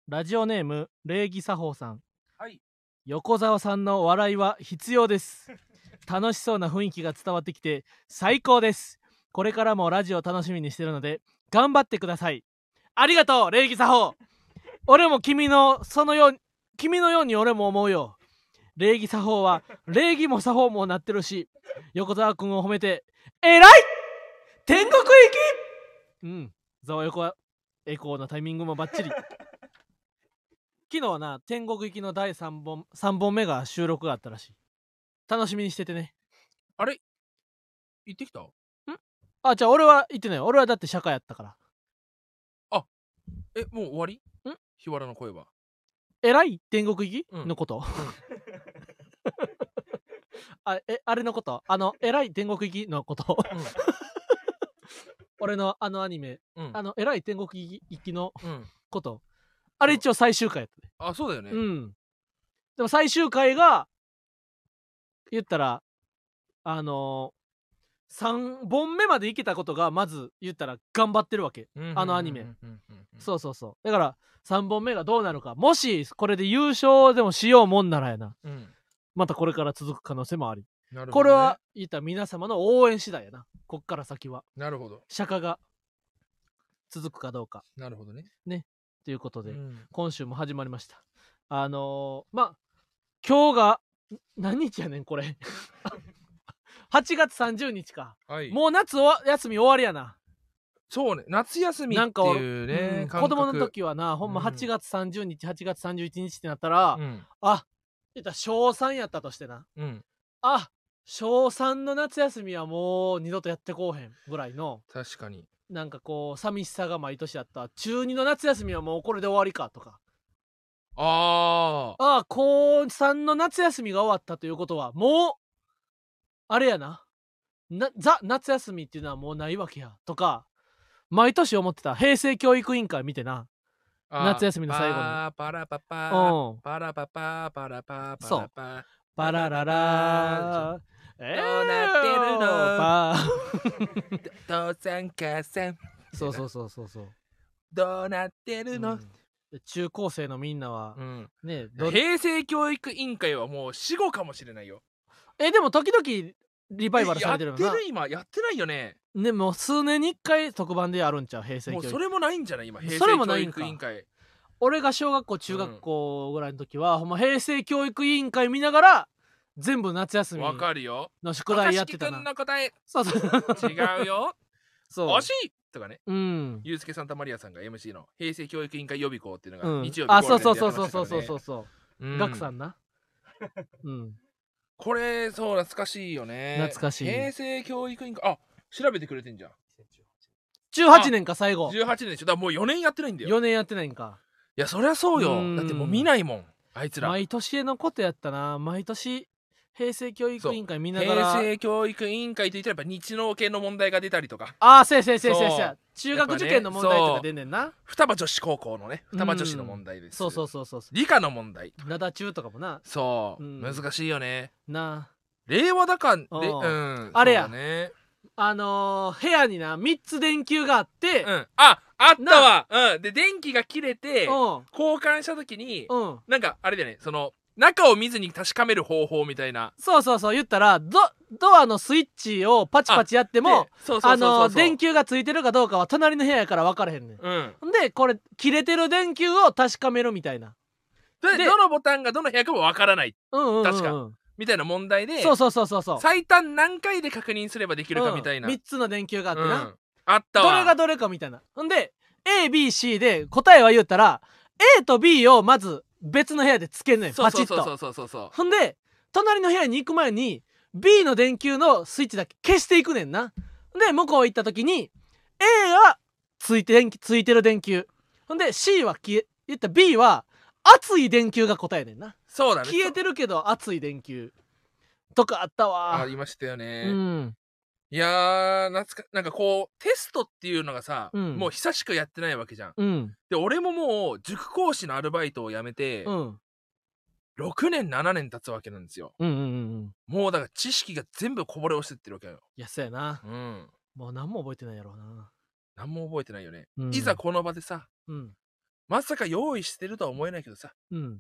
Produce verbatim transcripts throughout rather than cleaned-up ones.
ラジオネーム礼儀作法さん。 はい。 横澤さんの笑いは必要です。楽しそうな雰囲気が伝わってきて最高です。これからもラジオ楽しみにしてるので頑張ってください。ありがとう礼儀作法。俺も君のそのように君のように俺も思うよ。礼儀作法は礼儀も作法もなってるし、横澤君を褒めてえらい天国行き。うんザワ横はエコーのタイミングもバッチリ。昨日はな天国行きのだいさんぼんさんぼんめが収録があったらしい。楽しみにしててね。 あれ行ってきた？んあ、じゃあ俺は行ってない。俺はだって社会やったから。 え、もう終わり？ ん日原の声は。 えらい天国行き、 うんのこと、あえあれのことあのえらい天国行きのこと俺のあのアニメ、 うん。 あのえらい天国行きのうん。 ことあれ一応最終回やったね。 あ、そうだよね。 うんでも最終回が言ったらあのーさんぼんめまでいけたことがまず言ったら頑張ってるわけ、あのアニメ。 うんうんうんうんうん。 そうそうそうだからさんぼんめがどうなるか、もしこれで優勝でもしようもんならやな、 うん。 またこれから続く可能性もあり、 なるほどね。 これは言ったら皆様の応援次第やな。こっから先はなるほど。 釈迦が続くかどうかなるほどね。 ということで、 うん今週も始まりました。あのー、まあ今日が何日やねんこれはちがつさんじゅうにちか。 はい。 もう夏おわ休み終わりやな。 そうね、夏休みってなんか俺、 いううね、 ん、 感覚。 子供の時はな、ほんまうんはちがつさんじゅうにちはちがつさんじゅういちにちってなったら、 うんあ言ったらしょうさんやったとしてな、 うん。 あしょうさんの夏休みはもう二度とやってこうへんぐらいの確かに。 なんかこう寂しさが毎年あった。中にの夏休みはもうこれで終わりかとか、 ああ。 ああ高さんの夏休みが終わったということはもうあれやな、なザ夏休みっていうのはもうないわけやとか毎年思ってた。平成教育委員会見てな、夏休みの最後にパラパパうんパラパパパラパパそうラパパラララえどうなってるのパ父さん母さんそうそうそうそうそう、 どうなってるの、 うんで中高生のみんなは、 うん、 ねど平成教育委員会はもう死後かもしれないよ。 えでも時々リバイバルされてるよな。 やってる今やってないよね。 でも数年にいっかい特番でやるんちゃう平成教育。 もうそれもないんじゃない今平それ成教もないんか育委員会。 俺が小学校中学校ぐらいの時は、ほんま平成教育委員会見ながら全部夏休みわかるよ。 の宿題やってたな。 高敷くんの答えそうそう違うよそう惜しいとかね。 うんゆうすけサンタマリアさんが エムシー の平成教育委員会予備校っていうのがうん日曜日あゴールデンそうそうでやってましたからね。 そうそうそうそうそううんガクさんなうんこれそう懐かしいよね。 懐かしい平成教育委員会あ調べてくれてんじゃん。 じゅうはちねんか最後じゅうはちねんでしょ。だからもうよねんやってないんだよ。 よねんやってないんか。 いやそりゃそうよ。 うんだってもう見ないもんあいつら。 毎年のことやったな。毎年平成教育委員会見ながら平成教育委員会と言ったらやっぱ日農系の問題が出たりとか、 ああせいせいせいせいせいそう中学受験の問題とか出んねんな。 双葉女子高校のね双葉女子の問題です。 そうそうそうそう理科の問題灘中とかもなそう、 うん難しいよね。 な令和だかんでううんんあれやそうだね。 あのー、部屋になみっつ電球があってうんああったわ。うんで電気が切れてうん交換した時にうんなんかあれだよね、その中を見ずに確かめる方法みたいな。 そうそうそう言ったらドドアのスイッチをパチパチやってもでそうそうあそうそうのー電球がついてるかどうかは隣の部屋やから分からへんねん。 うんほんでこれ切れてる電球を確かめるみたいな。ででどのボタンがどの部屋かもわからないうんうんうん、うん、 確かみたいな問題で、 そうそうそうそうそう最短何回で確認すればできるかみたいな、 うん、みっつの電球があってな、 うんあったわ。 どれがどれかみたいな。ほんで エービーシー で答えは言ったら A と B をまず別の部屋でつけんねんそうパチッと。 そうそうそうそうそうほんで隣の部屋に行く前に B の電球のスイッチだけ消していくねんな。で向こう行った時に A がついて電ついてる電球、ほんで C は消え言った B は熱い電球が答えねんな。 そうだね。 消えてるけど熱い電球とかあったわ。 ありましたよね、 うんいやー懐かなんかこうテストっていうのがさ、 うんもう久しくやってないわけじゃん。 うんで俺ももう塾講師のアルバイトを辞めて、 うんろくねんななねん経つわけなんですよ。 うんうんうんもうだから知識が全部こぼれ落ちてってるわけよ。 いやそうやな。 うんもう何も覚えてないやろうな。 何も覚えてないよね、 うんいざこの場でさうんまさか用意してるとは思えないけどさ、 うん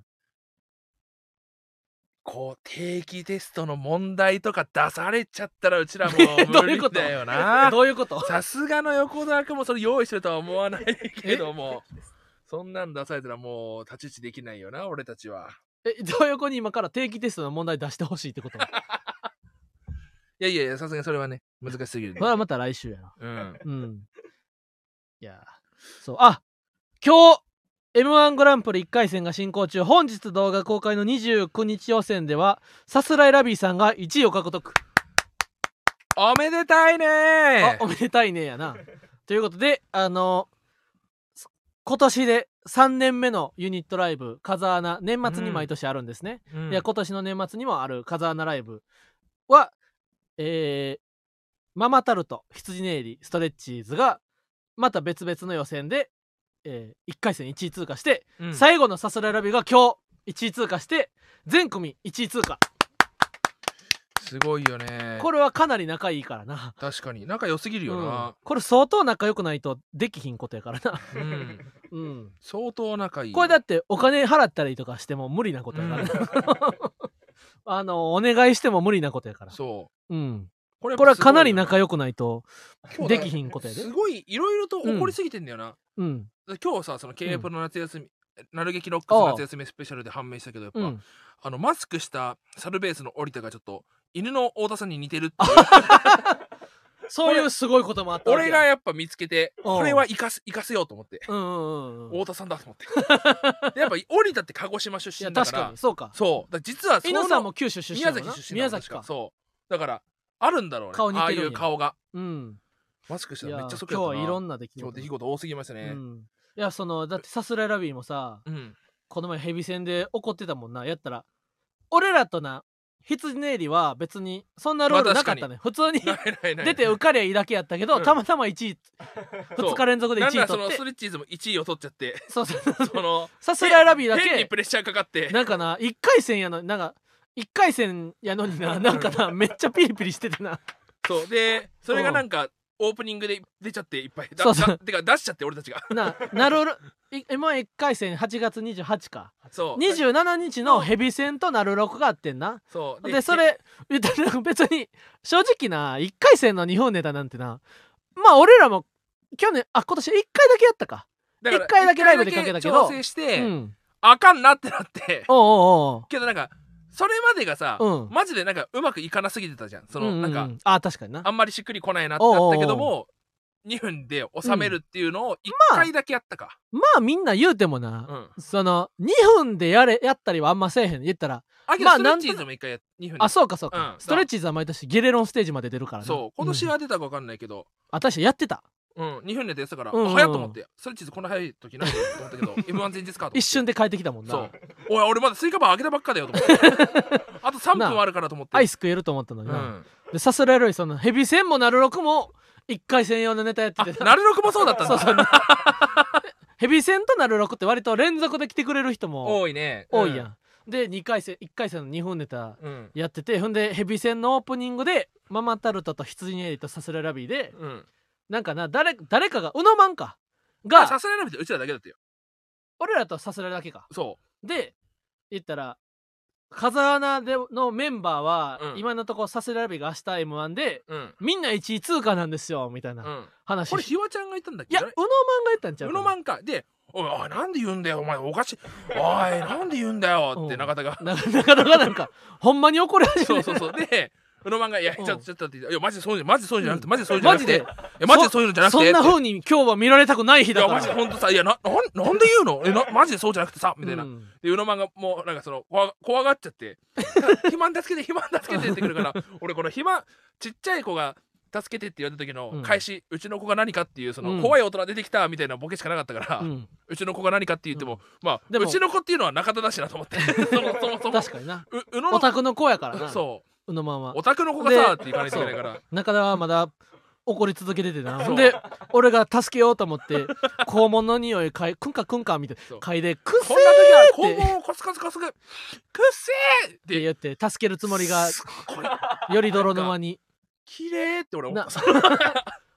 こう定期テストの問題とか出されちゃったらうちらもどういうこと無理だよな。 どういうことさすがの横澤君もそれ用意してるとは思わないけども、そんなん出されたらもう太刀打ちできないよな俺たちは。 えどういう子に今から定期テストの問題出してほしいってこといやいやいや、さすがにそれはね難しすぎる、ね、 それはまた来週やな。 うんうんいやそうあ今日 エムワン グランプリいっかい戦が進行中。本日動画公開のにじゅうくにち予選ではさすらいラビーさんがいちいを獲得。 おめでたいねあおめでたいねやなということであの今年でさんねんめのユニットライブ風穴、年末に毎年あるんですね、 うんいや今年の年末にもある風穴ライブはえー、ママタルト、羊ネイリ、ストレッチーズがまた別々の予選で、えー、いっかい戦いちい通過して、 うん最後のさすらいラビが今日いちい通過して全組いちい通過。 すごいよね。 これはかなり仲いいからな。 確かに仲良すぎるようんな、 これ相当仲良くないとできひんことやからな、 うんうん、 相当仲いい。 これだってお金払ったりとかしても無理なことやからな、あのお願いしても無理なことやから。 そう、 うん、 これこれはかなり仲良良くないとできひんことやですごいいろいろと起こりすぎてんだよな、 うん今日さその ケープロの夏休み、なる劇ロックス夏休みスペシャルで判明したけどやっぱ、 うんあのマスクしたサルベースの織田がちょっと犬の太田さんに似てるっていうそういうすごいこともあったわけや俺がやっぱ見つけてうんこれは生かす生かせようと思ってうんうんうんうん太田さんだと思ってでやっぱ織田って鹿児島出いや確身だからかにそうか。 そうだから実はその猪さんも九州出身宮やもんな崎出身だ宮崎か。 そうだからあるんだろうね顔似てるんやああいう顔がうんマスクしたいやらめっちゃそっく今日りだったないろんな出来今日事出来事多すぎましたねうんいやそのだってさすらいラビーもさうんこの前ヘビ戦で怒ってたもんな。やったら俺らとな羊ネイリは別にそんなルールなかったね、普通にないないない出て受かりゃいいだけやったけど、 うんたまたまいちいそうふつか連続でいちいなんならその取ってストレッチーズもいちいを取っちゃってそうそうそのさすらいラビーだけ変にプレッシャーかかってなんかないっかい戦やのなんかいっかい戦やのにななんかなめっちゃピリピリしててなそうでそれがなんかオープニングで出ちゃっていっぱいだそうそうだてか出しちゃって俺たちがななるい エムワンいっかい戦はちがつにじゅうはちかそうにじゅうしちにちのヘビ戦となるろくがあってんな。 そうでそれ言ったら別に正直ないっかい戦の日本ネタなんてなまあ俺らも去年あ今年いっかいだけやったか。 だから一回だけライブでかけたけど一回だけ調整して、 うんあかんなってなっておうおうおうけどなんかそれまでがさ、 うんマジでなんかうまくいかなすぎてたじゃんその、 うんうんうんなんかあ確かになあんまりしっくりこないなってなったけどもにふんで収めるっていうのをいっかいだけやったか、 まあみんな言うてもな、 うんそのにふんでやれやったりはあんませえへん言ったらあけどまあストレッチーズもいっかいやにふんであそうかそうか、 うんストレッチーズは毎年ゲレロンステージまで出るからな。 そう今年うんは出たか分かんないけど、 あ確かにやってたうん、にふんでやってたから、 うんうんうんあ早っと思ってストレッチーズこんな早い時ないよと思ったけどエムワン 前日かと思って一瞬で帰ってきたもんな。 そうおい俺まだスイカバー開けたばっかだよと思ってあとさんぷんあるからと思ってアイス食えると思ったのにな、 うんでさすらいラビーそのヘビ戦もなるろくもいっかい戦用のネタやってあてなるろくもそうだったんだそうそうヘビ戦となるろくって割と連続で来てくれる人も多いね多いやん、でにかい戦いっかい戦のにほんネタうんやっててほんでヘビ戦のオープニングでママタルトと羊ネイリとさすらいラビーでうんなんかな誰誰かがうのまんかががさすらいラビってうちらだけだったよ俺らとさすらいだけかそで言ったら風穴でのメンバーは、 うん今のところさすらいラビーが明日 エムワン でううんみんないちい通過なんですよみたいなうん話しこれひわちゃんが言ったんだっけあれいやうのまんが言ったんちゃうかなうのまんかでおいおいなんで言うんだよお前おかしいおいなんで言うんだよってうん中田がなかなかなかなんかほんまに怒り始めてそうそうそうでうのまんが「いやちょっうんとちょっと」って言って「いやマジでそういうのマジでそういうんじゃなくてマジでそういうんじゃなくていマジでやマジでそういうのじゃなくて」 そんなって風に今日は見られたくない日いやだからマジでほんとさ「いやななんなんで言うのえなマジでそうじゃなくてさ」みたいな、 うんでうのまんがもうなんかその怖怖がっちゃって「肥満助けて肥満助けて」ってくるから俺この肥満ちっちゃい子が助けてって言われた時の返し、うちの子が何かっていうその、 うん怖い大人出てきたみたいなボケしかなかったから、 ううんちの子が何かって言っても、 うんまあでもうちの子っていうのは中田だしなと思ってそもそもそも確かになううののオタクの子やからなそううのまんはオタクの子がさでって言かないといけないから中田はまだ怒り続けててなそうほんで俺が助けようと思って肛門の匂い嗅いくんかくんかみたいそうな嗅いでくっせこんな時はーって肛門をコスコスコスくくっせーっってて言って助けるつもりがすっごいより泥沼に綺麗って俺思ったさ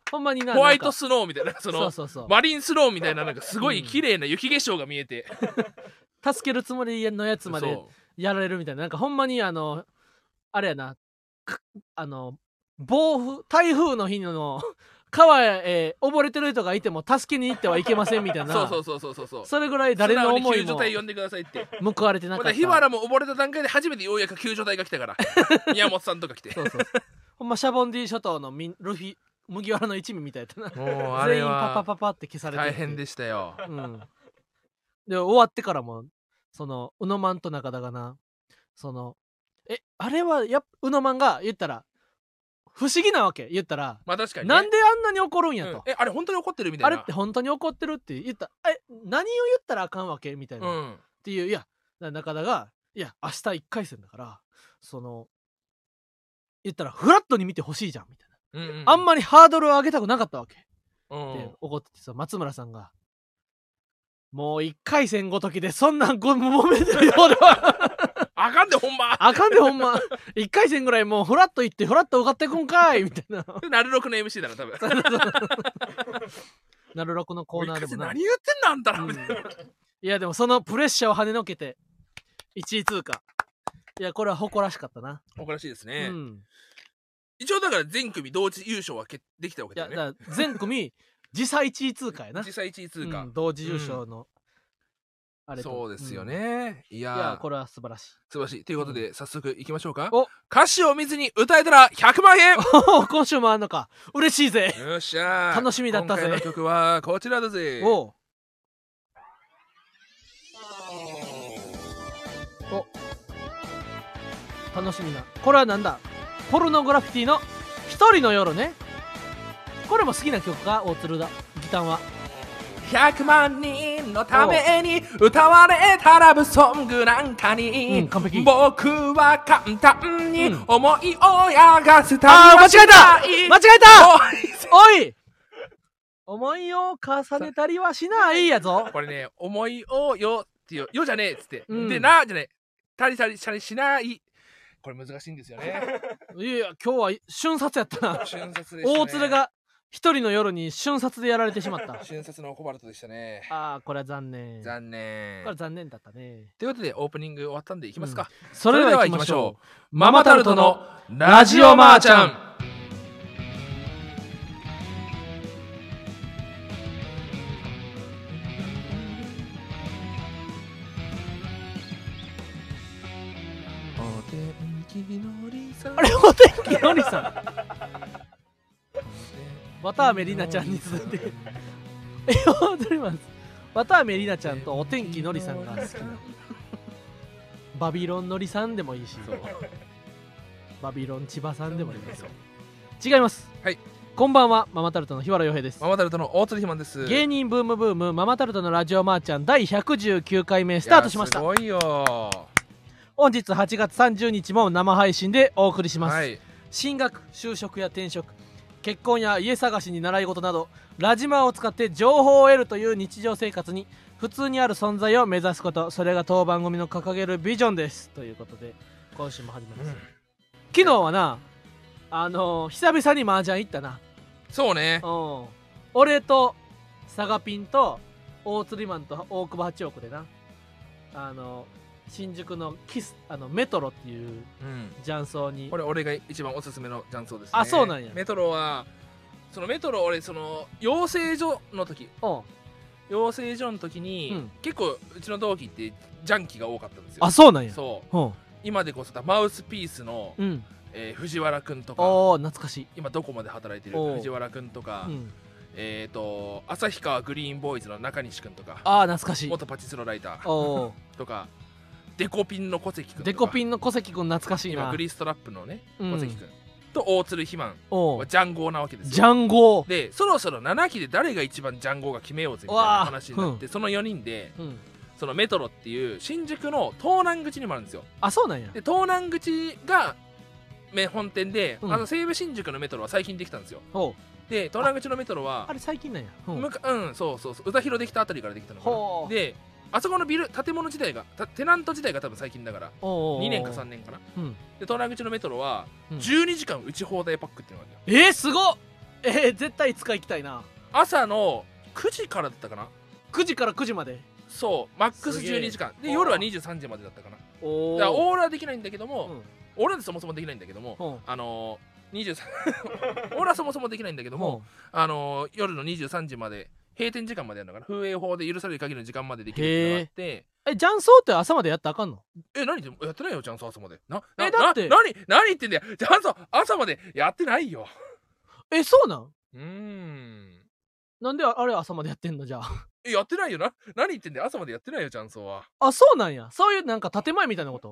ほんまになホワイトなんかスノーみたいなそのそうそうそうマリンスノーみたいななんかすごい綺麗な雪化粧が見えて、 助けるつもりのやつまでそやられるみたいななんかほんまにあのあれやなくあの暴風台風の日の川へ、えー溺れてる人がいても助けに行ってはいけませんみたいうなそうそうそうそうそうそうそれぐらい誰の思い素直に救助も隊呼んでくださいって報われてなかったまだ日原も溺れた段階で初めてようやく救助隊が来たから宮本さんとか来てそうそうほんまシャボンディ諸島のみルフィ麦わらの一味みたいだなもうあ全員パれはパパパって消されて大変でしたよ。 うんで終わってからもその宇野マンと中田がなそのえあれはやっ宇野マンが言ったら不思議なわけ言ったら、 まあ確かに、ね、 なんであんなに怒るんやと、 うん、えあれ本当に怒ってるみたいなあれって本当に怒ってるって言ったえ何を言ったらあかんわけみたいな、 うんっていういや中田がいや明日いっかい戦だからその言ったらフラットに見てほしいじゃんみたいな、 うんうん、 あんまりハードルを上げたくなかったわけ、 うんって怒っててさ松村さんがもういっかい戦ごときでそんなんご揉めてるようではあかんでほんまあかんでほんまいっかい戦ぐらいもうフラッと行ってフラッと受かってくんかいみたいななるろくの エムシー だな多分なるろくのコーナーでもな何言ってんのあんたら、 うんみたいないやでもそのプレッシャーを跳ねのけていちい通過いやこれは誇らしかったな、 誇らしいですね、 うん一応だから全組同時優勝はけできたわけいやだよねだから全組時差いちい通過やな実際いちい通過、 うん同時優勝の、あれとそうですようんね、いいややこれは素晴らしい素晴らしいということで、早速いきましょうか。 お歌詞を見ずに歌えたらひゃくまんえんお今週もあんのか嬉しいぜよっしゃー楽しみだったぜ今回の曲はこちらだぜ。 おうお楽しみなこれはなんだポルノグラフィティの一人の夜ねこれも好きな曲か大鶴だギターはひゃくまんにんのために歌われたラブソングなんかに、 うん完璧僕は簡単にうん思いを流せたあー間違えた間違えたおいおい思いを重ねたりはしないやぞこれね思いをよってよよじゃねえっつって、 うんでなじゃねえたりたりしたりしないこれ難しいんですよねいやいや今日は瞬殺やったな瞬殺でしたね大鶴が一人の夜に瞬殺でやられてしまった瞬殺のコバルトでしたね。 ああこれは残念残念これ残念だったねということでオープニング終わったんでいきますか、 それでは行きましょうママタルトのラジオマーちゃん。お天気のりさんあれお天気のりさん綿あめりなちゃんに続いてえ踊ります綿あめりなちゃんとお天気のりさんが好きなバビロンのりさんでもいいしバビロン千葉さんでもいいですよ違います、 はい、 こんばんはママタルトの日原洋平です。 ママタルトの大鶴ひまんです。 芸人ブームブームママタルトのラジオマーちゃんだいひゃくじゅうきゅうかいめスタートしました。 すごいよ本日はちがつさんじゅうにちも生配信でお送りします、 はい、 進学就職や転職結婚や家探しに習い事などラジマを使って情報を得るという日常生活に普通にある存在を目指すこと、それが当番組の掲げるビジョンですということで今週も始まります、うん、昨日はなあのー、久々に麻雀行ったな。 そうね、 うん、俺とサガピンと大釣りマンと大久保八億でなあのー新宿のキスあのメトロっていう雀荘に、 これ俺が一番おすすめの雀荘ですね。 あ、そうなんや。 メトロはそのメトロ俺その養成所の時養成所の時に、うん、結構うちの同期ってジャンキーが多かったんですよ。 あ、そうなんや。 そう、うん、今でこそマウスピースの、うんえー、藤原くんとか、 お懐かしい。 今どこまで働いてる藤原くんとか、うん、えっ、ー、と旭川グリーンボーイズの中西くんとか、 あ懐かしい。 元パチスロライターとかデコピンの小関くんとか、 デコピンの小関くん懐かしいな。 今グリーストラップのね小関くん、うん、と大鶴ひまんはジャンゴーなわけですよ。 ジャンゴーでそろそろななきで誰が一番ジャンゴーが決めようぜみたいな話になって、うん、そのよにんで、うん、そのメトロっていう新宿の東南口にもあるんですよ。 あ、そうなんや。 で東南口が本店で、うん、あの西武新宿のメトロは最近できたんですよ。で東南口のメトロはあれ最近なんや。 うん、うん、そうそうそう歌広できたあたりからできたのかな。であそこのビル建物自体がテナント自体が多分最近だからにねんかさんねんかな、うん、で東南口のメトロはじゅうにじかん打ち放題パックっていうのがあるよ。 えー、すごっ。 えー、絶対いつか行きたいな。 朝のくじからだったかな。 くじからくじまで。 そうマックスじゅうにじかんで、夜はにじゅうさんじまでだったかな。 おだからおオーラはできないんだけども、 うん、 オーラでそもそもできないんだけども、 うんあのー、にじゅうさんオーラそもそもできないんだけども、あのー、夜のにじゅうさんじまで閉店時間までやるのかな、風営法で許される限りの時間までできるっていうのがあって。 え、雀荘って朝までやったらあかんの？ え、何言ってやってないよ、雀荘朝まで。な、なえだってな何何言ってんだよ、雀荘朝までやってないよ。 え、そうなん？ うーん。 なんであれ朝までやってんのじゃあ。 え、やってないよな。何言ってんだよ、朝までやってないよ、雀荘は。 あ、そうなんや。そういうなんか建前みたいなこと？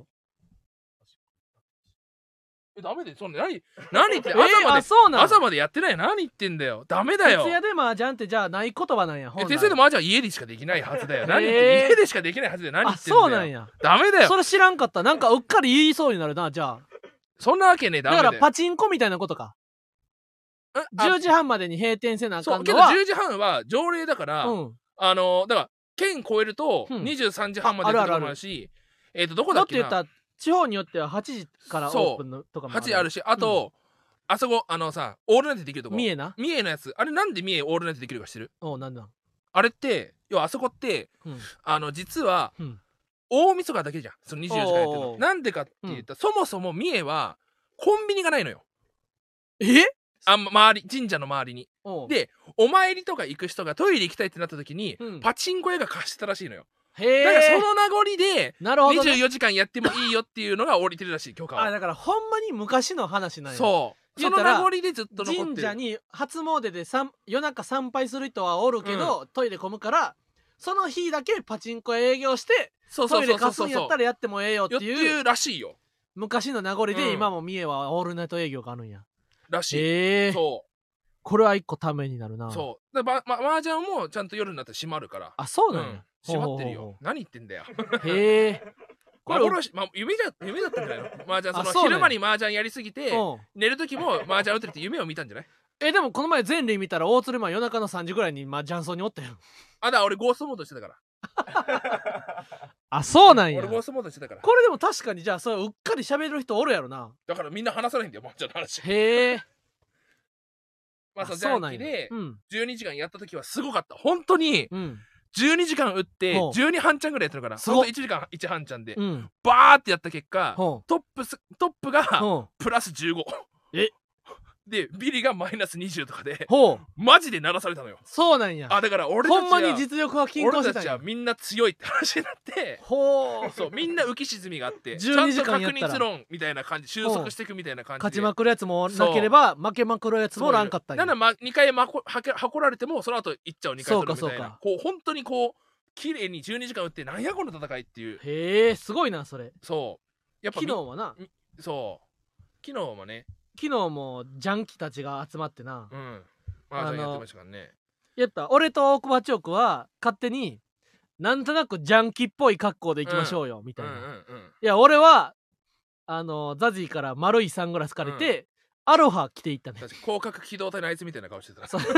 え、ダメで、そんな、何、何言ってんえだよ、朝まで、 あ、そうなん？ 朝までやってないよ、何言ってんだよ。ダメだよ。 徹夜で麻雀ってじゃあない言葉なんや。 え、徹夜で麻雀は家でしかできないはずだよ。何言ってへー家でしかできないはずだよ。何言あ、 ってんだよ。 そうなんや。 ダメだよ。 それ知らんかった。なんかうっかり言いそうになるな、じゃあ。 そんなわけねえ、ダメだよ。 だからパチンコみたいなことか。 うんじゅうじはんまでに閉店せなあそうけどかんのは。 じゅうじはんは条例だから、 うん。 あのーだから県超えるとうんにじゅうさんじはんまでああるあるとかもあるし、えっとどこだっけな。 だって言ったら地方によってははちじからオープンのとかもはちじあるし、あと、あそこあのさオールナイトできるとこ、 三重な。 三重のやつ、あれなんで三重オールナイトできるか知ってる？ おう、なんなん。 あれって要はあそこってうんあの実はうん大晦日だけじゃん、そのにじゅうよじかんやってるおうおうおうの。なんでかって言ったら、そもそも三重はコンビニがないのよ。 えあんま周り神社の周りに。 おうでお参りとか行く人がトイレ行きたいってなった時に、 うんパチンコ屋が貸してたらしいのよ。 へえ。 だからその名残でなるほど、ね、 にじゅうよじかんやってもいいよっていうのが降りてるらしい、許可は。 あ、だからほんまに昔の話なんや。 そうその言ったら名残でずっと残ってる。 神社に初詣でさん夜中参拝する人はおるけど、トイレ混むからその日だけパチンコ屋営業してそうそうトイレそうそうそう貸すんやったらやってもええよってよっていういうらしいよ。 昔の名残で、 うん今も三重はオールナイト営業があるんや。 らしい。 へえ。 そこれは一個ためになるな。 うそうでまま麻雀もちゃんと夜になったら閉まるから。 あ、そうなんや。 うん閉まってるよ。 ほうほうほ何言ってんだよ。 うへえ。これ幻、ま、夢じゃ夢だったんじゃないの麻雀。そのあそうなんや昼間に麻雀やりすぎてうん寝る時も麻雀打ってるって夢を見たんじゃない？ え、でもこの前前例見たら大鶴マン夜中のさんじぐらいにまあ雀荘におったよ。 あ、だから俺ゴーストモードしてたから。 あ、そうなんや。 俺ゴーストモードしてたから。 これでも確かにじゃあそううっかり喋る人おるやろな。 だからみんな話さないんだよ、麻雀の話。 へえ。 まあそのジそうなんやャンキでうんじゅうにじかんやった時はすごかった。本当にうんじゅうにじかん打ってほうじゅうに半ちゃんぐらいやったのかな。 すごっほんといちじかんいち半ちゃんでうんバーってやった結果ほトップストップがうほうプラスじゅうごえでビリがマイナスにじゅうとかでほうマジで鳴らされたのよ。 そうなんや。 あだから俺たちはほんまに実力は均衡してたんや俺たちは。みんな強いって話になってほう。 そうみんな浮き沈みがあってじゅうにじかんちゃんとやったら確率論みたいな感じ収束していくみたいな感じで勝ちまくるやつもなければ負けまくるやつもおらんかったんや。 なんなら、ま、にかいまこはけ運られてもその後行っちゃうにかい取るみたいそうかそうかなこう本当にこう綺麗にじゅうにじかん打ってなんやこの戦いっていう。 へえ、すごいなそれ。 そうやっぱ昨日はな、 そう昨日もね昨日もジャンキたちが集まってな、 うんまああのやってましたからね。 やった俺と大久保チョークは勝手になんとなくジャンキっぽい格好で行きましょうよ、みたいな、 うんうんうんいや俺はあのザジーから丸いサングラス借りて、アロハ着ていったね。 確かに広角機動隊のあいつみたいな顔してたな。 そう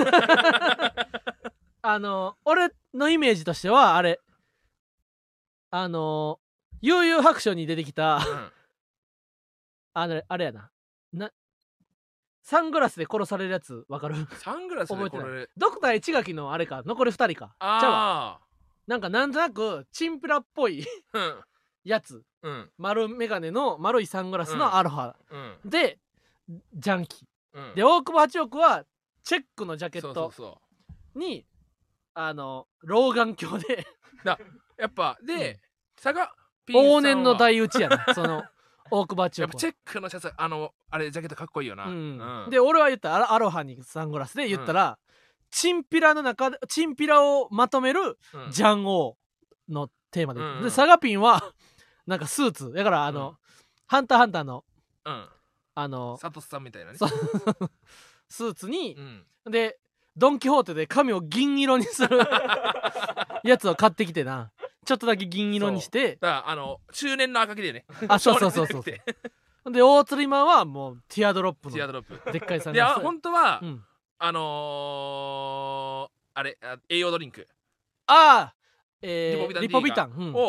あの俺のイメージとしてはあれあの悠々白書に出てきたうんあれあれやななサングラスで殺されるやつわかる？ サングラスでこ覚えてれドクター市垣のあれか残りふたりかちゃうわ。 あなんかなんとなくチンピラっぽいあうんやつうん丸メガネの丸いサングラスのアロハ、 うんでジャンキうんで大久保八億はチェックのジャケットそうそうそうにあの老眼鏡でやっぱで佐賀ピンさんは往年の大打ちやなその大久保八億はやっぱチェックのシャツあのあれジャケットかっこいいよな。 うんうんで俺は言ったらアロハにサングラスで言ったら、チンピラの中でチンピラをまとめるうんジャン王のテーマで、 うんうんでサガピンはなんかスーツだからあの、 うんハンターハンターのうんあのサトスさんみたいなね。 そうスーツにう、んでドン・キホーテで髪を銀色にするやつを買ってきてなちょっとだけ銀色にしてだからあの中年の赤木でね。 あそうそうそうそう少年じゃなくてで大釣りマンはもうティアドロップのティアドロップ。 でっかいサンであグラス本当は、 うん、 あのー、あれあ栄養ドリンクああ、えー、 リポビタン D リポビタン、うんを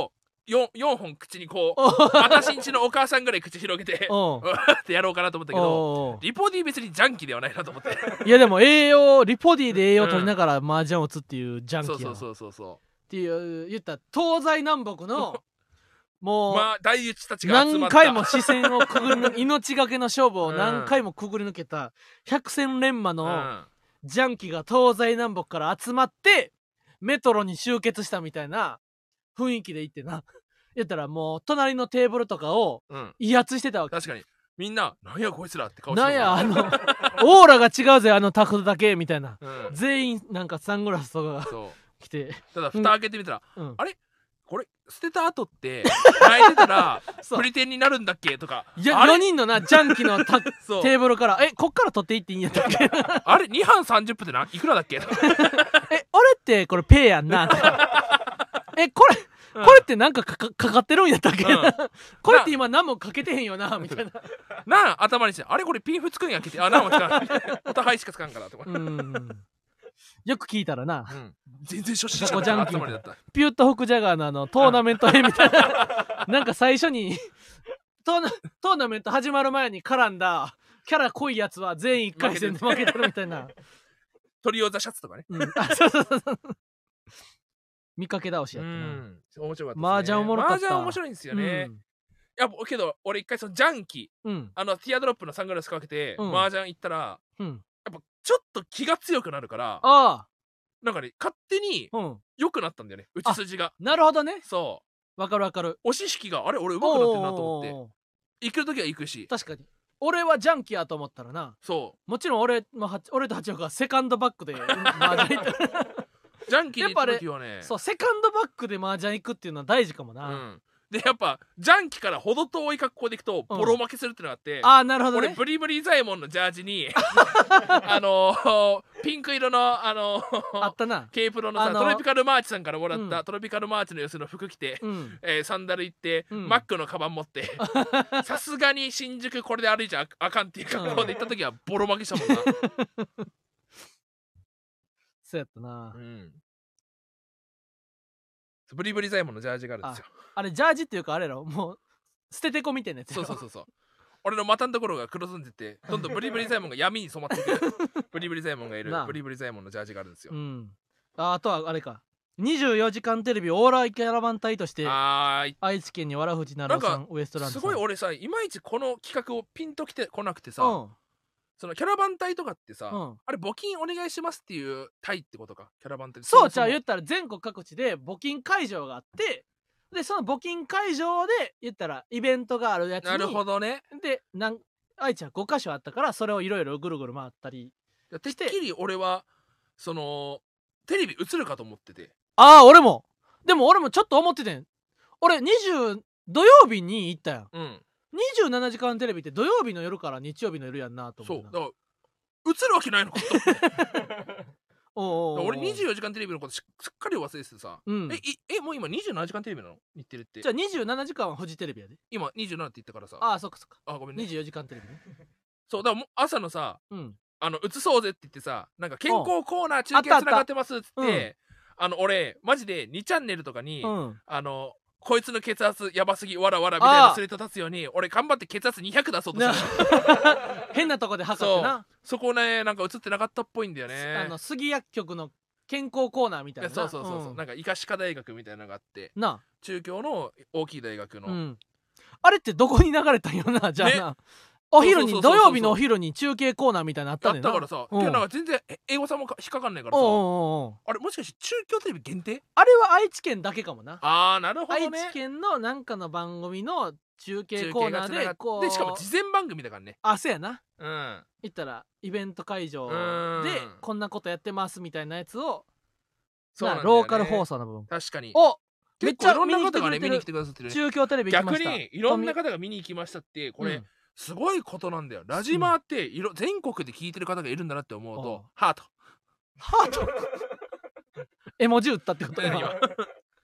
よん, よんほん口にこう私んちのお母さんぐらい口広げてうわってやろうかなと思ったけど、リポ D 別にジャンキーではないなと思っていやでも栄養リポ D で栄養取りながら麻雀を打つっていうジャンキーや、 そうそうそうそうっていう言ったら東西南北のもう、 まあ大打ちたちが集まった何回も視線をくぐり抜け命がけの勝負を何回もくぐり抜けた百戦錬磨のジャンキーが東西南北から集まってメトロに集結したみたいな雰囲気で行ってな言ったらもう隣のテーブルとかを威圧してたわけ、 うん、確かにみんななんやこいつらって顔してなんやあのオーラが違うぜあのタクだけみたいな、うん、全員なんかサングラスとかが来てただ蓋開けてみたら、うん、あれこれ捨てた後って泣いてたらプリテンになるんだっけとかいやよにんのなジャンキのテーブルからえこっから取っていっていいんやったっけあれにはんさんじゅっぷんでないくらだっけえ俺ってこれペイやんなえこれうん、これってなんか か, か, かかってるんやったっけ、うん、これって今何もかけてへんよなみたいななあ頭にしてあれこれピンフつくんやっけってあ何もつかないお互いしかつかんからとかうんよく聞いたらな、 うん、全然初心者の集まりだったピュートホクジャガーのあのトーナメント編みたいななんか最初にトーナトーナメント始まる前に絡んだキャラ濃いやつは全員いっかい戦で負けてるみたいなトリオザシャツとかね、 うん、あそうそうそうそう見かけ倒しやったな、うん、 面白かったですね。 麻雀おもろかった。 麻雀面白いんですよね、うん、いやけど俺一回そのジャンキー、うん、あのティアドロップのサングラスかけて、うん、麻雀行ったら、うん、やっぱちょっと気が強くなるからあなんかね勝手に良くなったんだよね、打ち筋が。 なるほどね。 そうわかるわかる。 押し引きがあれ俺上手くなってるなと思って行く時は行くし確かに俺はジャンキーやと思ったらなそうもちろん俺、まあ、俺と八岡はセカンドバックで麻雀行ったジャンキーに行った時はねそうセカンドバックで麻雀行くっていうのは大事かもな、うん、 でやっぱジャンキーから程遠い格好で行くとボロ負けするってのがあって、うん、 ああなるほどね。 俺ブリブリザイモンのジャージにあのー、ピンク色のあのー、 あったな K プロのさ、あのー、トロピカルマーチさんからもらった、うん、トロピカルマーチの様子の服着て、うんえー、サンダル行って、うん、マックのカバン持ってさすがに新宿これで歩いちゃあかんっていう格好で行った時はボロ負けしたもんなそうやったな、 うんブリブリザイモンのジャージがあるんですよ。 あ, あれジャージっていうかあれやろもう捨ててこみたいなやつ。 そうそうそうそう俺の股のところが黒ずんでてどんどんブリブリザイモンが闇に染まっていくブリブリザイモンがいるブリブリザイモンのジャージがあるんですよ、うん、 あ, あとはあれかにじゅうよじかんテレビオーライキャラバン隊として愛知県にわらふじなろさんウエストランドさんすごい俺さいまいちこの企画をピンときてこなくてさ、うんそのキャラバン隊とかってさ、うん、あれ募金お願いしますっていう隊ってことかキャラバン隊。 そうじゃあ言ったら全国各地で募金会場があってでその募金会場で言ったらイベントがあるやつになるほどねでなん愛知はごかしょあったからそれをいろいろぐるぐる回ったりてっきり俺はそのテレビ映るかと思っててああ俺もでも俺もちょっと思っててん俺にじゅう土曜日に行ったやん、うんにじゅうななじかんテレビって土曜日の夜から日曜日の夜やんなと思う。 そうだから映るわけないのかと思っておうおうおう俺にじゅうよじかんテレビのことすっかり忘れててさ、うん、ええもう今にじゅうななじかんテレビなの日テレって。 じゃあにじゅうななじかんはフジテレビやで今にじゅうななって言ったからさああそっかそっかあごめんねにじゅうよじかんテレビねそうだからもう朝のさ、うん、あの映そうぜって言ってさなんか健康コーナー中継つながってますっつって、うん、あの俺マジでにチャンネルとかに、うん、あのこいつの血圧やばすぎわらわらみたいなスレッド立つように俺頑張って血圧にひゃく出そうとして変なとこで測ってなそ, そこねなんか映ってなかったっぽいんだよねあの杉薬局の健康コーナーみたいなそうそうそうそう、うん、なんか医科歯科大学みたいなのがあってな中京の大きい大学の、うん、 あれってどこに流れたんよなじゃあな、ねお昼に土曜日のお昼に中継コーナーみたいなのあったんだよなだからさ、うん、なんか全然英語さんも引っかかんないからさあれもしかして中京テレビ限定あれは愛知県だけかもなあーなるほどね愛知県のなんかの番組の中継コーナーでこうでしかも事前番組だからねあそうやなうん言ったらイベント会場でこんなことやってますみたいなやつをそうなんだよねローカル放送の部分確かにおめっちゃいろんな方がね見に来てくださってる中京テレビ来ました逆にいろんな方が見に行きましたってこれ、うんすごいことなんだよラジマーっていろ、うん、全国で聞いてる方がいるんだなって思うとハートハート絵文字打ったってこと今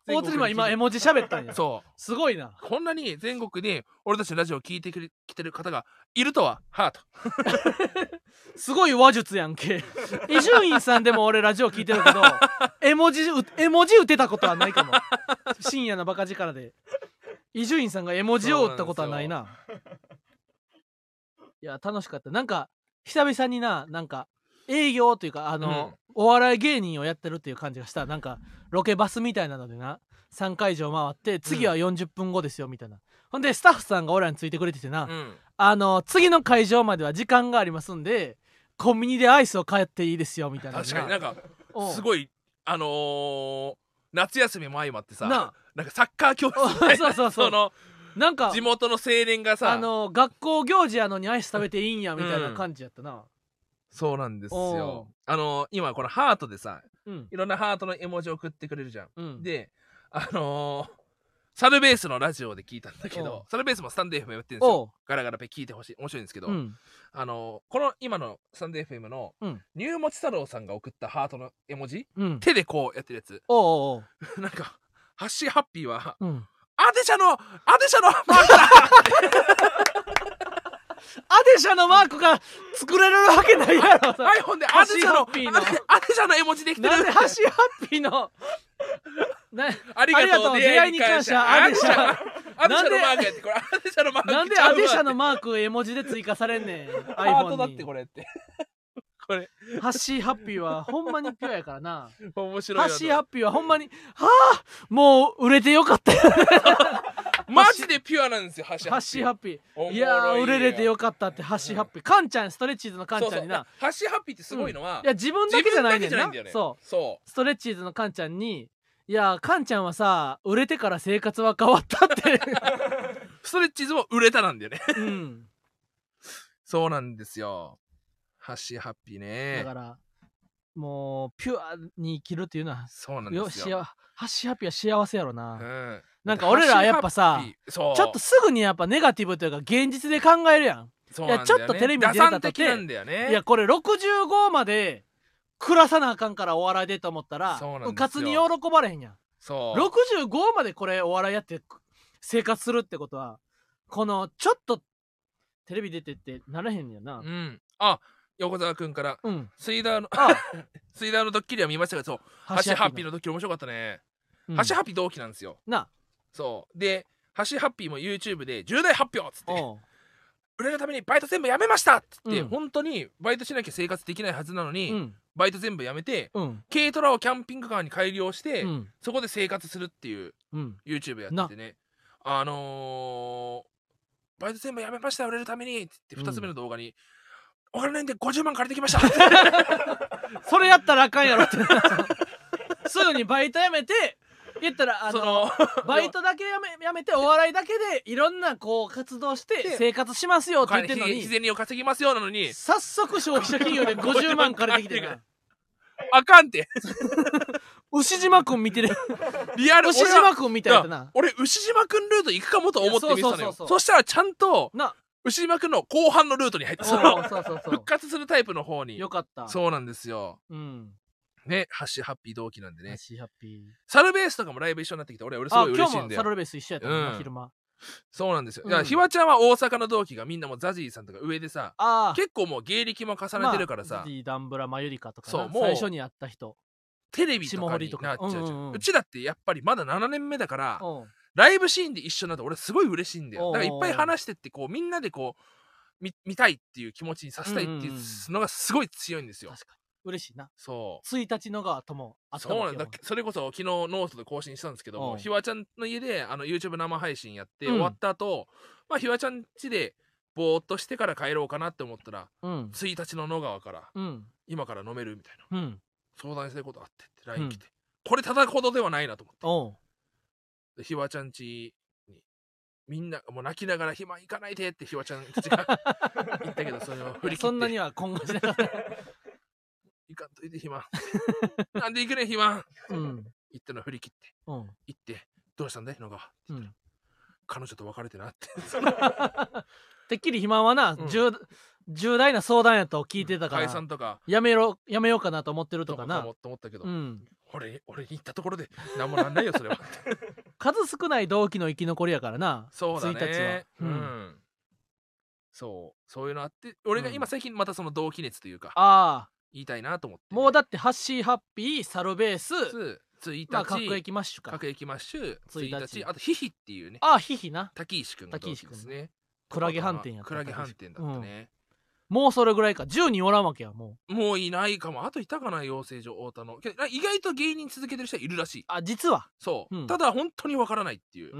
大鶴マン今絵文字喋ったんや。 そうすごいな。 こんなに全国に俺たちのラジオを聞いてきてる方がいるとはハートすごい話術やんけ。伊集院さんでも俺ラジオ聞いてるけど絵文字絵文字打てたことはないかも。深夜のバカ力で伊集院さんが絵文字を打ったことはないな。いや楽しかった。なんか久々にな、なんか営業というかあの、うん、お笑い芸人をやってるっていう感じがした。なんかロケバスみたいなのでなさんかいじょう回って次はよんじゅっぷんごですよみたいな、うん、ほんでスタッフさんが俺らについてくれててな、うん、あの次の会場までは時間がありますんでコンビニでアイスを買っていいですよみたいな。 確かになんかすごいあのー、夏休みも相まってさ な, なんかサッカー教室みたいなそうそうそうそのなんか地元の青年がさあの学校行事やのにアイス食べていいんやみたいな感じやったな、うん、 そうなんですよ。あの今このハートでさ、うん、いろんなハートの絵文字送ってくれるじゃん、うん、であのー、サルベースのラジオで聞いたんだけど、サルベースもスタンド エフエム やってるんですよ。ガラガラペ聞いてほしい、面白いんですけど、うん、あのー、この今のスタンド エフエム の入持太郎さんが送ったハートの絵文字、うん、手でこうやってるやつ、おうおうおうなんかハッシーハッピーは、うん、アデシャのアデシャのマークだアデシャのマークが作れるわけないやろ。 iPhone でアデシャのアデシャの絵文字できてる。 なんでハッシーハッピーのありがとう出会いに感謝アデシャアデシャのマークやってこれアデシャのマークなんでアデシャのマーク絵文字で追加されんねん iPhone に。 ハートだってこれってこれハッシーハッピーはほんまにピュアやからな。 面白い。 ハッシーハッピーはほんまにはあもう売れてよかったよマジでピュアなんですよハッシーハッピー。 ハッシーハッピーいやー売れれてよかったってハッシーハッピー。カンちゃんストレッチーズのカンちゃんにな、 ハッシーハッピーってすごいのは、 いや自分だけじゃないねんな。 ね、 そうそうストレッチーズのカンちゃんにいやカンちゃんはさ売れてから生活は変わったってストレッチーズも売れたなんだよねうん、そうなんですよハッシーハッピーね。 だからもうピュアに生きるっていうのはそうなんですよ。 ハッシーハッピーは幸せやろな、うん、なんか俺らやっぱさちょっとすぐにやっぱネガティブというか現実で考えるやん。 そうなんだよね、 いやちょっとテレビに出たとて、ね、いやこれろくじゅうごまで暮らさなあかんからお笑いでと思ったらうかつに喜ばれへんやん。そうろくじゅうごまでこれお笑いやって生活するってことはこのちょっとテレビ出てってならへんやな。 うんあ横澤君から、うん、水ダーの水ダーのドッキリは見ましたが、そうハッシーハッピーのドッキリ面白かったね、うん、ハッシーハッピー同期なんですよな。そうでハッシーハッピーも YouTube で重大発表っつって売れるためにバイト全部やめましたっつって、うん、本当にバイトしなきゃ生活できないはずなのに、うん、バイト全部やめて、うん、軽トラをキャンピングカーに改良して、うん、そこで生活するっていう、うん、YouTube やっててね、あのー、バイト全部やめました売れるためにって言ってふたつめの動画に、お金ないんでごじゅうまん借りてきましたそれやったらあかんやろってすぐにバイトやめて言ったらあのバイトだけやめやめてお笑いだけでいろんなこう活動して生活しますよって言ってんのに日銭を稼ぎますよなのに早速消費者企業でごじゅうまん借りてきてるあかんって牛島くん見てるリアル牛島くんみたいだな。 俺牛島くんルート行くかもと思って見てたのよ。そしたらちゃんとな牛島くんの後半のルートに入ってその復活するタイプの方によかった。 そうなんですよ、うん、ねハッシーハッピー同期なんでね。 ハッシーハッピーサルベースとかもライブ一緒になってきて俺俺すごい嬉しいんだよ。 今日もサルベース一緒やったな、うん、昼間そうなんですよ、うん、いやひわちゃんは大阪の同期がみんなもザジーさんとか上でさ結構もう芸歴も重ねてるからさ、まあ、 ザジーダンブラマユリカとかそうもう最初に会った人テレビとかになっちゃうじゃん、うんうんうん、うちだってやっぱりまだななねんめだからライブシーンで一緒になって俺すごい嬉しいんだよ。だからいっぱい話してってこうみんなでこう 見, 見たいっていう気持ちにさせたいっていうのがすごい強いんですよ。 確かに嬉しいな。 そうついたちのがともあったもん。 そうなんだ。それこそ昨日ノートで更新したんですけどもひわちゃんの家であの YouTube 生配信やって、うん、終わった後まあひわちゃん家でぼーっとしてから帰ろうかなって思ったら、うん、ついたちの野川から、うん、今から飲めるみたいな、うん、相談したいことあってって ライン 来て、うん、これ叩くほどではないなと思ってひわちゃん家みんなもう泣きながら「ひま行かないで」ってひわちゃんたちが言ったけどそれを振り切ってそんなには今後しなかった行かんといてひまなんで行くねんひま、うん、言ったの振り切って、うん、行ってどうしたんだいのがって言ったら、うん、彼女と別れてなっててっきりひまはな、うん、重, 重大な相談やと聞いてたから、 解散とかやめろやめようかなと思ってるとかなと思ったけど、うん、 俺俺に行ったところで何もなんないよそれは数少ない同期の生き残りやからな。 そうだね、 ついたちは、 うん、うん、そうそういうのあって、俺が今最近またその同期熱というか、 ああ言いたいなと思って、ね、 もうだってハッシーハッピー、サルベース、 ついたち、 まあ、各駅マッシュか、 各駅マッシュ、 ついたち、 あとヒヒっていうね、 ああヒヒな、 滝石くんが同期ですね。 クラゲ飯店やった。 クラゲ飯店だったね、 うん、もうそれぐらいか。じゅうにんおらんわけや。もうもういないかも。あといたかな、養成所太田の。意外と芸人続けてる人いるらしい。 あ、実はそう、うん、ただ本当にわからないっていう、 うん、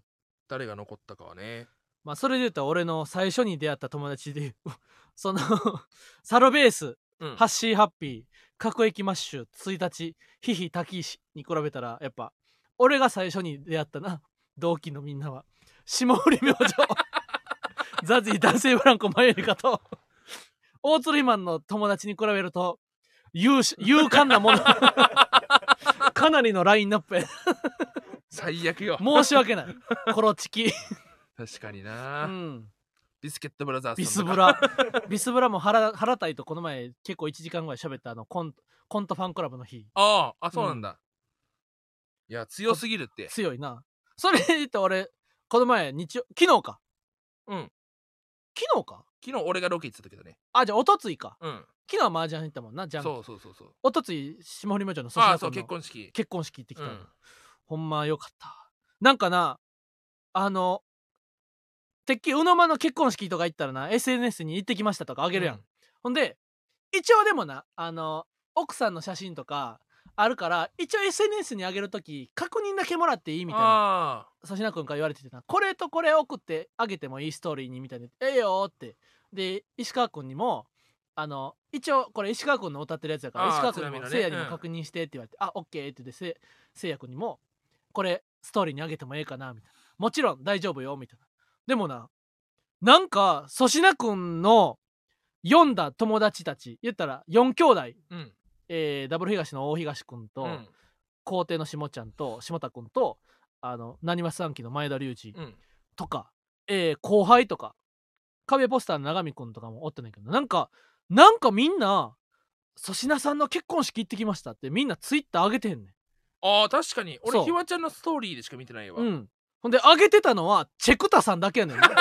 誰が残ったかはね。 まあそれで言うと俺の最初に出会った友達でそのサロベース、うん、ハッシーハッピー、各駅マッシュ、ついたち、ヒヒ滝石に比べたらやっぱ俺が最初に出会ったな同期のみんなは霜降り明星ザジー、男性ブランコ、マユリカと大鶴ひまんの友達に比べると勇勇敢なものかなりのラインナップや最悪よ。 申し訳ない。コロチキ確かにな、うん、ビスケットブラザーズビスブラビスブラも原原田とこの前結構いちじかんぐらい喋ったあのコンコントファンクラブの日。 ああ、あ、そうなんだ、うん、いや強すぎるって。 強いな。それ言って俺この前日曜昨日かうん昨日か昨日俺がロケ行ってたけどね。 あ、じゃあおとついか、 うん、 昨日は麻雀行ったもんな。じゃんそうそうそうそう。 おとつい霜降り明星の粗品君の結婚式結婚式行ってきた、うん、ほんまよかった。なんかなあのてっきり宇野間の結婚式とか行ったらな エスエヌエス に行ってきましたとかあげるやん、うん、ほんで一応でもなあの奥さんの写真とかあるから一応 エスエヌエス に上げるとき確認だけもらっていいみたいな粗品君から言われててな、これとこれ送ってあげてもいいストーリーにみたいな、ええよってで石川君にもあの一応これ石川君の歌ってるやつやから石川君にもせいやにも確認してって言われて、うん、あオッケーって言ってせいや君にもこれストーリーにあげてもええかなみたいな、もちろん大丈夫よみたいな。でもななんか粗品君の読んだ友達たち言ったらよん兄弟、うんえー、ダブル東の大東君と、うん、皇帝の下ちゃんと下田君とあのなにわさんきの前田隆二、うん、とか、えー、後輩とか壁ポスターの永見君とかもおってないけどなんかなんかみんな粗品さんの結婚式行ってきましたってみんなツイッター上げてへんねん。 あー確かに俺ひわちゃんのストーリーでしか見てないわ。 うんほんで上げてたのはチェクタさんだけやねん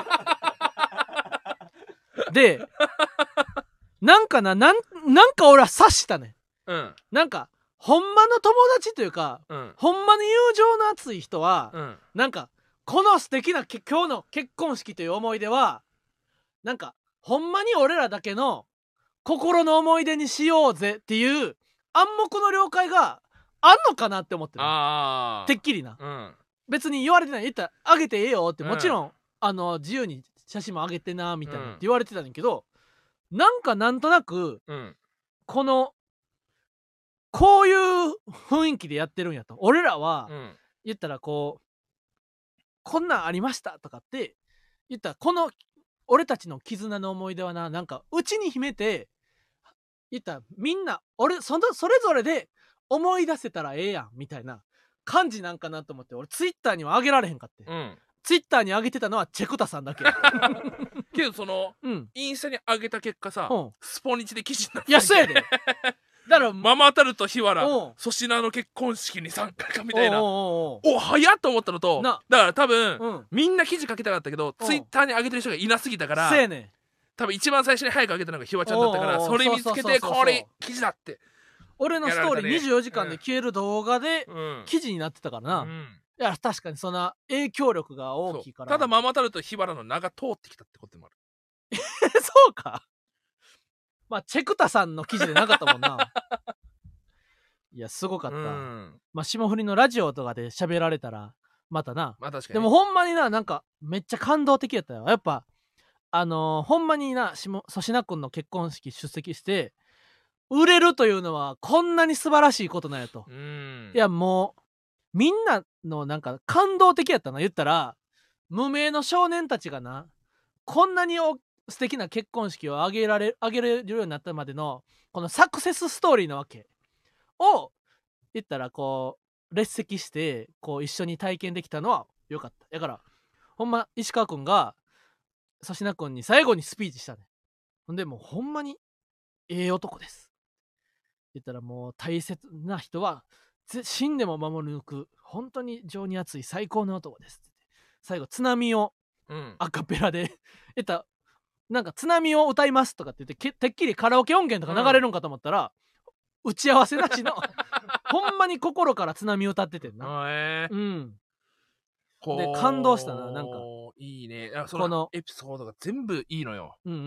でなんかななんなんか俺は察したね、うん、なんかほんまの友達というか、うん、ほんまに友情の熱い人は、うん、なんかこの素敵な今日の結婚式という思い出はなんかほんまに俺らだけの心の思い出にしようぜっていう暗黙の了解があんのかなって思ってる。あてっきりな、うん、別に言われてない。言ったらあげてええよって、もちろん、うん、あの自由に写真もあげてなみたいなって言われてたんだけど、うん、なんかなんとなく、うん、このこういう雰囲気でやってるんやと。俺らは、うん、言ったらこうこんなんありましたとかって言ったらこの俺たちの絆の思い出はな、なんかうちに秘めて言ったらみんな俺そのそれぞれで思い出せたらええやんみたいな感じなんかなと思って俺ツイッターには上げられへんかって、うん、ツイッターに上げてたのはチェクタさんだけけどその、うん、インスタに上げた結果さ、うん、スポニチで記事になっていやそうやでだからママタルト日原粗品の結婚式に参加かみたいな、おお早っと思ったのと、だから多分、うん、みんな記事書きたかったけどツイッターに上げてる人がいなすぎたから、そうやね多分一番最初に早く上げたのがひわちゃんだったから、それ見つけてこれ記事だって俺のストーリーにじゅうよじかんで消える動画で記事になってたからな、うんうん、いや確かにそんな影響力が大きいから。 ただママタルト日原の名が通ってきたってこともあるそうか。まあチェクタさんの記事でなかったもんないやすごかった、うん、まあ霜降りのラジオとかで喋られたらまたな、まあ、確かにでもほんまにななんかめっちゃ感動的やったよやっぱ。あのー、ほんまにな粗品君の結婚式出席して売れるというのはこんなに素晴らしいことなんやと。うん、いやもうみんなのなんか感動的やったな。言ったら無名の少年たちがなこんなに素敵な結婚式を挙げられ挙げれるようになったまでのこのサクセスストーリーなわけを言ったらこう列席してこう一緒に体験できたのはよかった。だからほんま石川君が粗品君に最後にスピーチしたね。ほんでもうほんまにええ男です。 言ったらもう大切な人は死んでも守り抜く本当に情に熱い最高の男ですって最後津波をアカペラで言ったらなんか津波を歌いますとかって言っててっきりカラオケ音源とか流れるんかと思ったら、うん、打ち合わせなしのほんまに心から津波歌っててんな。 へー、 うんで感動したな。なんかいいね。そのこのエピソードが全部いいのよ。 うんうんうん。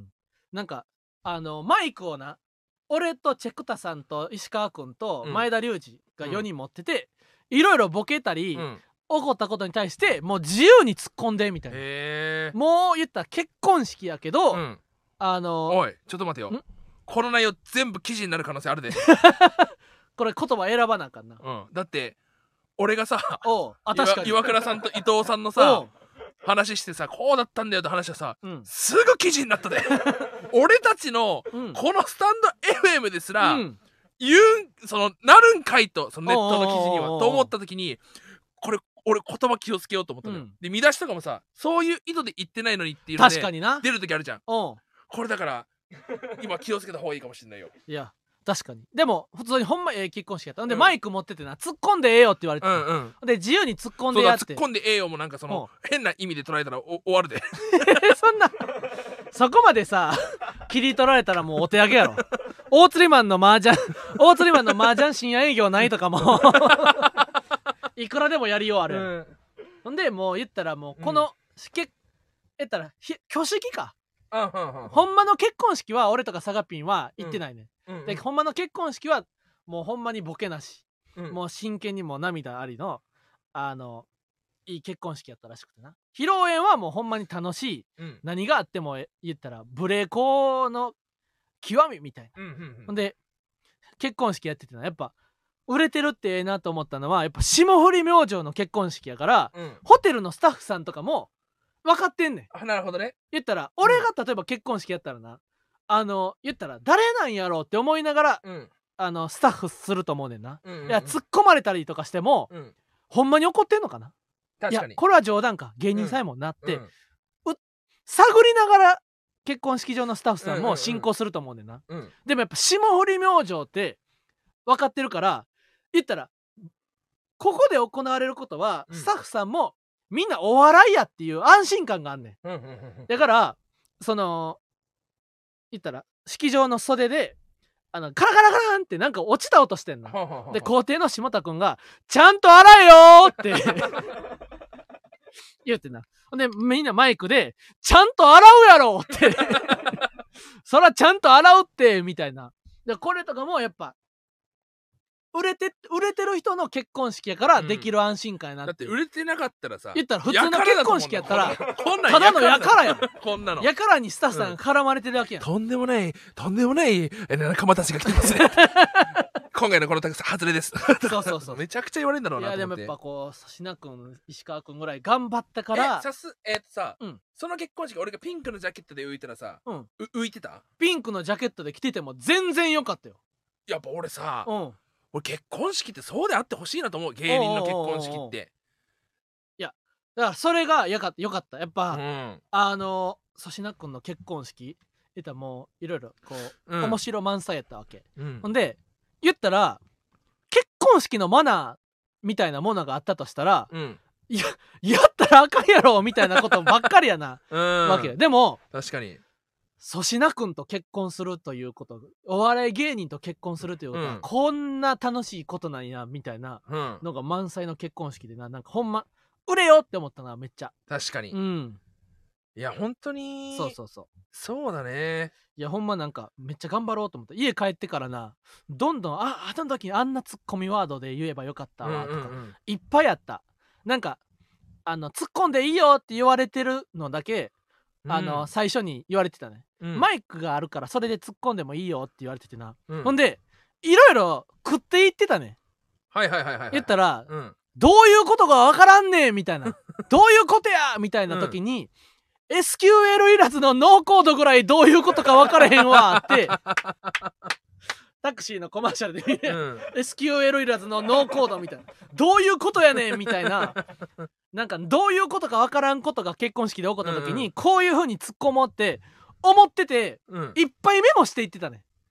なんかあのマイクをな俺とチェクタさんと石川君と前田隆二がよにん持ってて、うん、いろいろボケたり、うん、起こったことに対してもう自由に突っ込んでみたいな。へーもう言ったら結婚式やけど、うん、あのおいちょっと待てよ。この内容全部記事になる可能性あるで。 これ言葉選ばなあかんな。 うん、だって俺がさおあ確かに岩倉さんと伊藤さんのさ話してさこうだったんだよって話はさ、うん、すぐ記事になったで。俺たちのこのスタンド エフエム ですら、うん、言うそのなるんかいとそのネットの記事にはと思った時にこれ俺言葉気をつけようと思ったのよ、うん、で見出しとかもさそういう意図で言ってないのにっていうので確かにな出る時あるじゃん。これだから今気をつけた方がいいかもしれないよ。 いや確かにでも普通にほんまええ結婚式やったんで、うん、マイク持っててな突っ込んでええよって言われて、うんうん、で自由に突っ込んでやって突っ込んでええよもなんかその変な意味で捉えたらお終わるで。 そんなそこまでさ切り取られたらもうお手上げやろ。大釣りマンの麻雀大釣りマンの麻雀深夜営業ないとかもいくらでもやりようあるやん、うん、ほんでもう言ったらもうこの、うん、け言ったら挙式か、うんうんうん、ほんまの結婚式は俺とかサガピンは行ってないね、うんうんうん、でほんまの結婚式はもうほんまにボケなし、うん、もう真剣にもう涙ありのあのいい結婚式やったらしくてな。披露宴はもうほんまに楽しい、うん、何があっても言ったら無礼講の極みみたいな、うんうんうん、ほんで結婚式やっててなやっぱ売れてるってええなと思ったのはやっぱ霜降り明星の結婚式やから、うん、ホテルのスタッフさんとかも分かってんねん。 あなるほどね。 言ったら俺が例えば結婚式やったらな、うん、あの言ったら誰なんやろうって思いながら、うん、あのスタッフすると思うねんな、うんうんうん、いや突っ込まれたりとかしても、うん、ほんまに怒ってんのかな。 確かにいやこれは冗談か芸人さえもなって、うんうん、探りながら結婚式場のスタッフさんも進行すると思うねんな、うんうんうん、でもやっぱ霜降り明星って分かってるから言ったらここで行われることは、うん、スタッフさんもみんなお笑いやっていう安心感があんねん、うんうんうんうん、だからその言ったら式場の袖であのカラカラカランってなんか落ちた音してんの、ははははで皇帝の下田くんがちゃんと洗えよーって言ってな。でみんなマイクでちゃんと洗うやろってそらちゃんと洗うってみたいな。でこれとかもやっぱ売れて売れてる人の結婚式やからできる安心感やなって、 うん、だって売れてなかったらさ言ったら普通の結婚式やったらただのやからやん。 こんなのやからにスタッフさんが絡まれてるわけやん、 うん、とんでもないとんでもない仲間たちが来てますね今回のこのタクシー外れですそうそうそうめちゃくちゃ言われるんだろうなと思って。いやでもやっぱこう粗品君石川君ぐらい頑張ったからえさすえー、っとさ、うん、その結婚式俺がピンクのジャケットで浮いたらさ、うん、浮いてたピンクのジャケットで着てても全然良かったよ。 やっぱ俺さ、うん俺結婚式ってそうであってほしいなと思う。芸人の結婚式っていやだからそれがよかったよかったやっぱ、うん、あの粗品君の結婚式言ったらもういろいろこう、うん、面白満載やったわけ、うん、ほんで言ったら結婚式のマナーみたいなものがあったとしたら、うん、いややったらあかんやろみたいなことばっかりやなわけでも確かに粗品君と結婚するということお笑い芸人と結婚するということは、うん、こんな楽しいことなんやみたいなのが満載の結婚式でななんかほんま売れよって思ったなめっちゃ。 確かに、 うん、 いや本当にそうそうそうそうだね。 いやほんまなんかめっちゃ頑張ろうと思った家帰ってからなどんどんああの時にあんなツッコミワードで言えばよかったわとか、うんうんうん、いっぱいあった。なんかあの突っ込んでいいよって言われてるのだけあの、うん、最初に言われてたね、うん、マイクがあるからそれで突っ込んでもいいよって言われててな、うん、ほんでいろいろ食っていってたね。 はいはいはいはい、はい、 言ったら、うん、どういうことがわからんねんみたいなどういうことやみたいな時に、うん、エスキューエル いらずのノーコードぐらいどういうことか分からへんわってタクシーのコマーシャルで、うん、エスキューエル いらずのノーコードみたいなどういうことやねんみたいななんかどういうことか分からんことが結婚式で起こった時に、うんうん、こういう風に突っ込もうって思ってて、うん、いっぱいメモしていってたね。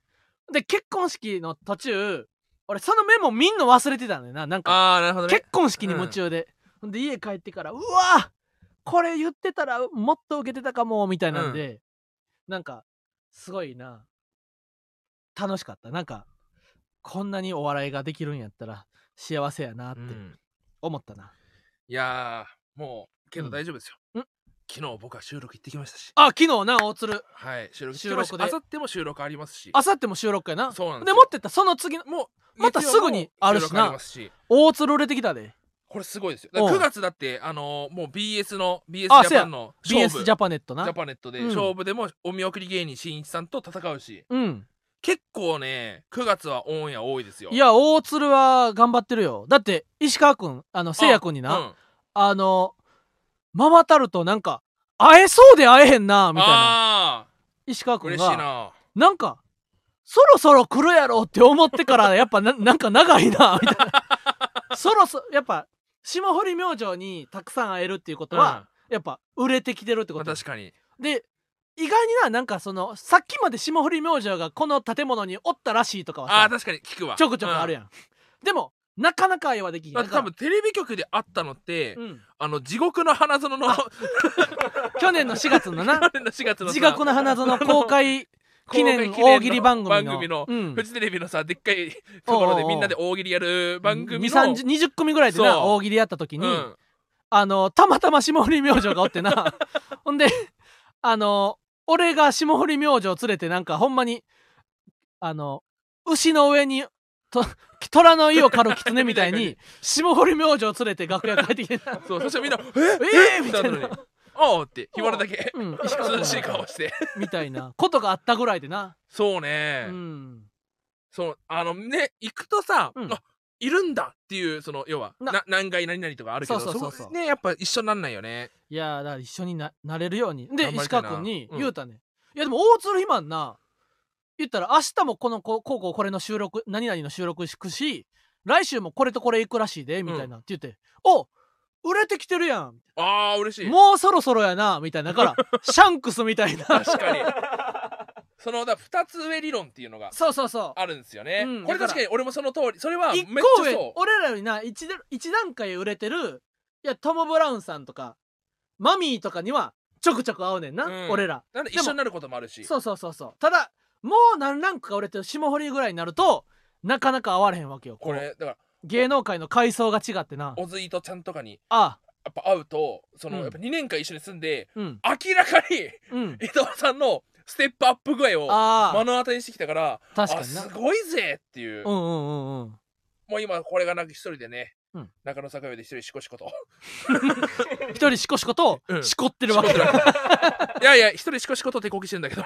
で結婚式の途中俺そのメモ見んの忘れてたんだよな。なんかあーなるほどね。 結婚式に夢中で、ほんで家帰ってからうわこれ言ってたらもっと受けてたかもみたいなんで、なんかすごいな楽しかった。なんかこんなにお笑いができるんやったら幸せやなってうん思ったな。 いやーもうけど大丈夫ですよ、 うんん昨日僕は収録行ってきましたし。 あ昨日な大鶴はい収録収録であさっても収録ありますし。 あさっても収録やな。 そうなんですよ。 でもってったその次のもうまたすぐにあるしな月曜も収録ありますし。 大鶴売れてきたで。 これすごいですよ。だからおうくがつだってあのーもう ビーエス の ビーエスあジャパンの勝負ビーエス ジャパネットな。 ジャパネットでうん勝負でもお見送り芸人しんいちさんと戦うし、 うん結構ねくがつはオンエア多いですよ。 いや大鶴は頑張ってるよ。だって石川君あのせいや君にな、 うんあのママタルトなんか会えそうで会えへんなみたいなあ石川ー嬉しい君がな。 なんかそろそろ来るやろって思ってからやっぱななんか長いなみたいなそろそろやっぱ霜降り明星にたくさん会えるっていうことは、やっぱ売れてきてるってうんまあ、 こと、 確かにで意外にななんかそのさっきまで霜降り明星がこの建物におったらしいとかはさあー確かに聞くわ。 ちょくちょくあるやん、でもなかなか会話できひんだって多分テレビ局で会ったのって、 うん、 あの地獄の花園の去年のしがつのな去年のしがつのさ地獄の花園公開記念大喜利番組の番組のうんフジテレビのさでっかいところでみんなで大喜利やる番組のにじゅう、さんじゅう にじゅっ組ぐらいでなそう大喜利やった時に、 うんあのたまたま霜降り明星がおってなほんであの俺が霜降り明星を連れてなんかほんまにあの牛の上にと虎の意を狩る狐みたいに霜降り明星を連れて楽屋帰ってきてなそうそしたらみんな「 えーえみたいなのに「ああ」って日原だけうん石川君涼しい顔してみたいなことがあったぐらいでな、 そうね、 うんそうあのね行くとさ、 うんあいるんだっていうその要はなな何階何々とかあるけどそうそうそうそうこねやっぱ一緒になんないよね。 いやだから一緒にななれるようにで石頑張りたいな川君にうん言うたね、いやでも大鶴ひまんな言ったら明日もこのここうこうこれの収録何々の収録行くし来週もこれとこれ行くらしいでみたいなって言って、お売れてきてるやんあー嬉しい。 もうそろそろやなみたいなだからシャンクスみたいな確かにそのだふたつ上理論っていうのがそうそうそうあるんですよね、 うんこれ確かに俺もその通りそれはめっ一個上ちゃそう。 俺らよりな 一, 一段階売れてるいやトム・ブラウンさんとかマミーとかにはちょくちょく会うねんな、 うん俺らなんで一緒になることもあるし。 そうそうそうそうただもう何ランクか売れてる霜降りぐらいになるとなかなか会われへんわけよこれだから芸能界の階層が違ってなオズイトちゃんとかにあやっぱ会うとその、 うんやっぱにねんかん一緒に住んでうん明らかにうん伊藤さんのステップアップ具合をああ目の当たりにしてきたから確かになあすごいぜっていう、 うんうんうんうんもう今これがなんか一人でね、 うん中野坂上で一人シコシコと一人しこしことうんしこってるわけシコってるいやいや一人シコシコと手こきしてるんだけど、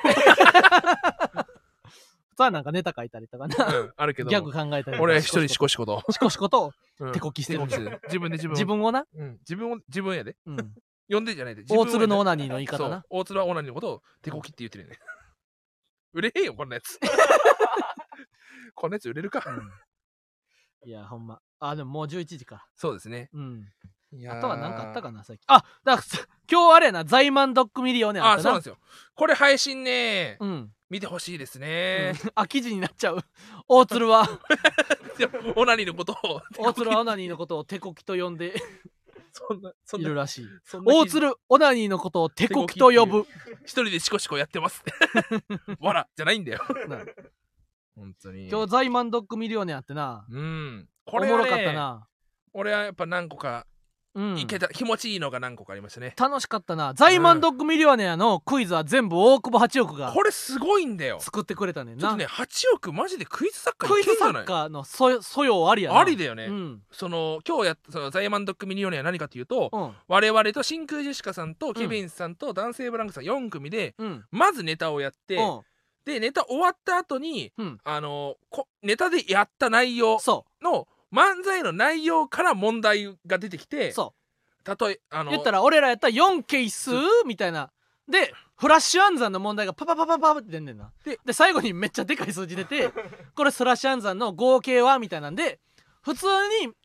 普通はなんかネタ書いたりとかなうん、あるけどギャグ考えたりとか俺一人シコシコと、 しこしことうん手こきしてる手こきしてる自分で自分を自分をな、 うん、自分を自分やでうん、 呼んでんじゃないで大鶴のオナナニーの言い方な大鶴はオナニーのことを手こきって言ってるよね売れへんよこんなやつこんなやつ売れるか、 うんいやほんまあでももうじゅういちじかそうですね。 うんいやーあとは何かあったかな最近あだから今日あれやなザイマンドッグミリオネアあったなあそうなんですよこれ配信ね、 うん見てほしいですね、 うんあ記事になっちゃう大鶴はいやオナニーのことを大鶴はオナニーのことを手こきと呼んでそんなそんないるらしいそんな大鶴オナニーのことを手こきと呼ぶ一人でシコシコやってますわらじゃないんだよな本当に今日ザイマンドッグミリオネアってなうんおこれは、ね、 もろかったな俺はやっぱ何個かうんいけた、気持ちいいのが何個かありましたね。 楽しかったなザイマンドッグミリオネアのクイズは全部大久保八億がこれすごいんだよ。 作ってくれたねんなちょっとねはちおくマジでクイズ作家クイズいけんじゃない作家の素素養ありやなありだよね、 うんその今日やったそのザイマンドッグミリオネアは何かというと、 うん我々と真空ジェシカさんとケビンさんと男性ブランクさんよん組でうんまずネタをやって、 うんでネタ終わった後にうんあのこネタでやった内容その漫才の内容から問題が出てきうて、 そ例えあのう言ったら俺らやったらよんケースみたいなでフラッシュ暗算の問題がパパパパパって出んねんなでで最後にめっちゃでかい数字出てこれフラッシュ暗算の合計はみたいなんで普通に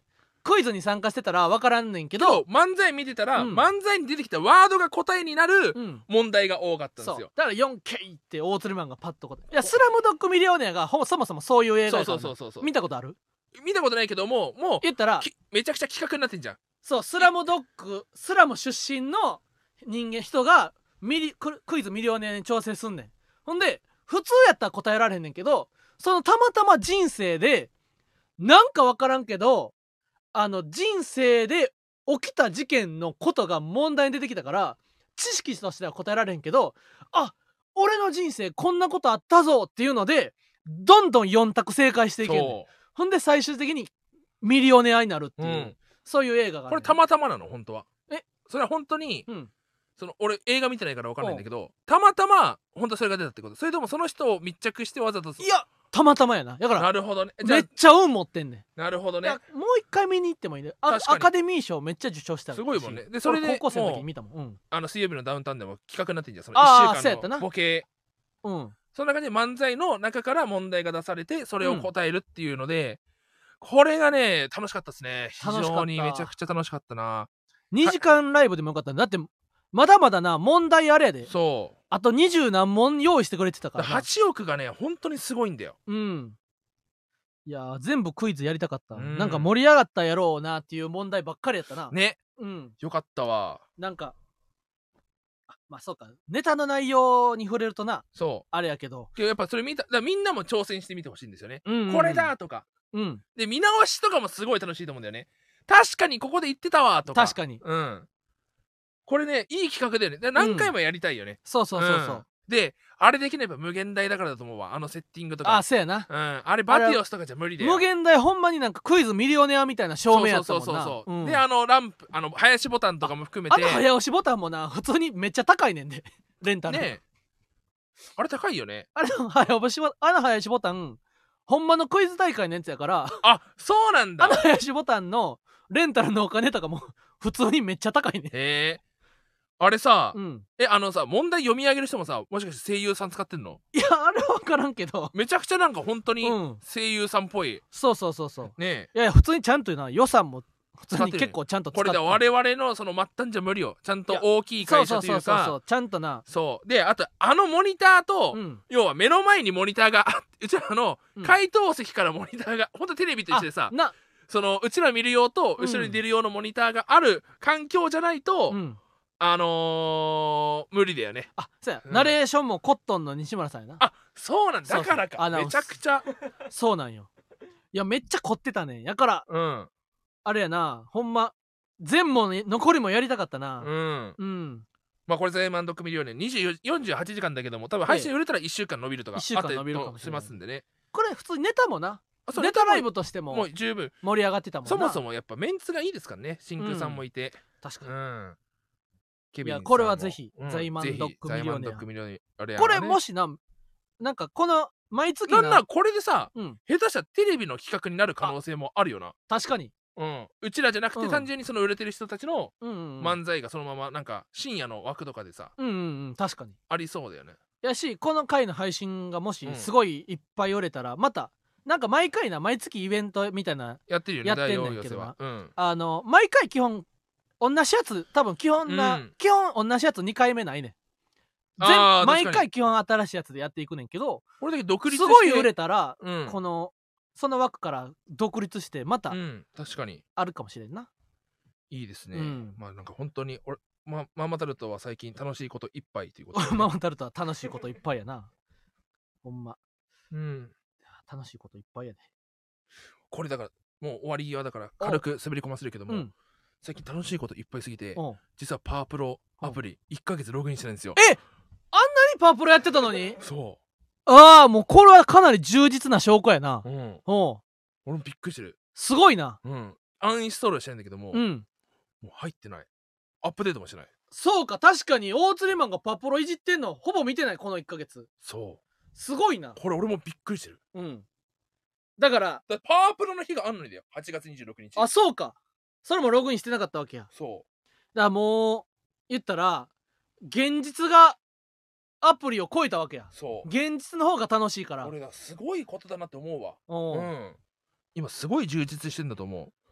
クイズに参加してたら分からんねんけど、 漫才見てたら、 うん漫才に出てきたワードが答えになるうん問題が多かったんですよ。 だから よんケー って大鶴マンがパッと答えいやスラムドッグミリオネアがほそもそもそういう映画やからな。 そうそうそうそう見たことある？ 見たことないけども、もう言ったらめちゃくちゃ企画になってんじゃん。 そうスラムドッグスラム出身の人間人がミリククイズミリオネアに挑戦すんねん。ほんで普通やったら答えられへんねんけど、そのたまたま人生でなんか分からんけどあの人生で起きた事件のことが問題に出てきたから、知識としては答えられへんけど、あ俺の人生こんなことあったぞっていうのでどんどんよん択正解していける、ね、ほんで最終的にミリオネアになるっていう、うん、そういう映画がある、ね、 これたまたまなの本当は。 えそれは本当に、 うん、 その俺映画見てないから分かんないんだけど、たまたま本当それが出たってこと？それともその人を密着してわざと？ いやたまたまやな。だからなるほどね。 めっちゃ運持ってんねん。なるほどね。 もう一回見に行ってもいいね。アカデミー賞めっちゃ受賞したすごいもんね。でそれで高校生の時に見たもん、うん、 あの水曜日のダウンタウンでも企画になってんじゃん。そのいっしゅうかんのボケ。 うん、 そんな感じで漫才の中から問題が出されてそれを答えるっていうので、うん、これがね楽しかったですね。非常にめちゃくちゃ楽しかったな。 にじかんライブでもよかった。だってまだまだな問題あれやで。 そうあとにじゅう何問用意してくれてたからな。 はちおくがね本当にすごいんだよ。 うん。いや全部クイズやりたかった、うん、なんか盛り上がったやろうなっていう問題ばっかりやったな。 ね、 うん、 よかったわ。 なんかまあそうかネタの内容に触れるとな、 そうあれやけどやっぱそれ見ただみんなも挑戦してみてほしいんですよね、 うんうんうん、 これだとか、 うん、 で見直しとかもすごい楽しいと思うんだよね。確かにここで言ってたわとか。 確かに、 うん、これねいい企画だよね。何回もやりたいよね、うん、 そうそうそうそう、 うん、であれできれば無限大だからだと思うわ。あのセッティングとか。 あそうやな、 うん、あれバティオスとかじゃ無理だよ。 無限大ほんまになんかクイズミリオネアみたいな照明やったもんな。 そうそうそうそう、 うん、 であのランプあの早押しボタンとかも含めてあ, あの早押しボタンもな普通にめっちゃ高いねんでレンタルね。あれ高いよね。 あれの早押しボあの早押しボタンほんまのクイズ大会のやつやから。 あそうなんだ。 あの早押しボタンのレンタルのお金とかも普通にめっちゃ高いね。 へえ。あれさ、 うん、 えあのさ問題読み上げる人もさもしかして声優さん使ってんの？ いやあれは分からんけどめちゃくちゃなんか本当に声優さんっぽい、うん、 そうそうそうそうねえ。いやいや普通にちゃんとな予算も普通に結構ちゃんと使ってこれで我々のその末端じゃ無理よ。ちゃんと大きい会社というかそうそうそうそうちゃんとな。 そうであとあのモニターと、うん、要は目の前にモニターがうちらの回答席からモニターが、うん、ほんとテレビと一緒でさなそのうちら見る用と後ろに出る用のモニターがある環境じゃないと、うんあのー、無理だよね。 あそうや、うん、ナレーションもコットンの西村さんやな。 あそうなんだ。だからかめちゃくちゃそうなんよ。いやめっちゃ凝ってたね。やから、うん、あれやなほんま全問残りもやりたかったな。 うん、うん、まあこれゼーマンドックミリオネにじゅうよんじゅうはちじかんだけども多分配信売れたらいっしゅうかん伸びるとかあったりしますんでね。 これ普通にネタもなネタライブとしてももう十分盛り上がってたもんな。 そもそもやっぱメンツがいいですからね。真空さんもいて、 うん、確かに、 うんいやこれはぜひ、うん、ザイマンドックミリオネア、ね、これもしななんかこの毎月ななんなこれでさ、うん、下手したらテレビの企画になる可能性もあるよな。 確かに、 うん、うちらじゃなくて、うん、単純にその売れてる人たちの漫才がそのままなんか深夜の枠とかでさ、 うんうんうん、確かにありそうだよね。 やしこの回の配信がもしすごいいっぱい売れたら、またなんか毎回な毎月イベントみたいなやってるよね。 やってんねんけどな、 うん、 あの毎回基本同じやつ多分基本な、うん、基本同じやつにかいめないねん。全毎回基本新しいやつでやっていくねんけど、 これだけ独立してすごい売れたら、 うん、 このその枠から独立してまた、うん、 確かにあるかもしれんな。 いいですね、うん、まあなんか本当に俺まママタルトは最近楽しいこといっぱいということで、ね、 ママタルトは楽しいこといっぱいやなほんま、 うん、 楽しいこといっぱいやで。 これだからもう終わり際だから軽く滑り込ませるけども、うん、最近楽しいこといっぱいすぎて実はパワープロアプリいっかげつログインしてないんですよ。 えあんなにパワープロやってたのに。 そうああもうこれはかなり充実な証拠やな。うん、お俺もびっくりしてる。 すごいな。 うん、アンインストールはしてないんだけども、うん、もう入ってない。アップデートもしてない。 そうか確かに大釣りマンがパワープロいじってんのほぼ見てないこのいっかげつ。 そうすごいな。 これ俺もびっくりしてる。 うんだからだパワープロの日があんのにだよ。はちがつにじゅうろくにち。 あそうかそれもログインしてなかったわけや。 そうだからもう言ったら現実がアプリを超えたわけや。 そう現実の方が楽しいから。 これがすごいことだなって思うわ。うん今すごい充実してんだと思う。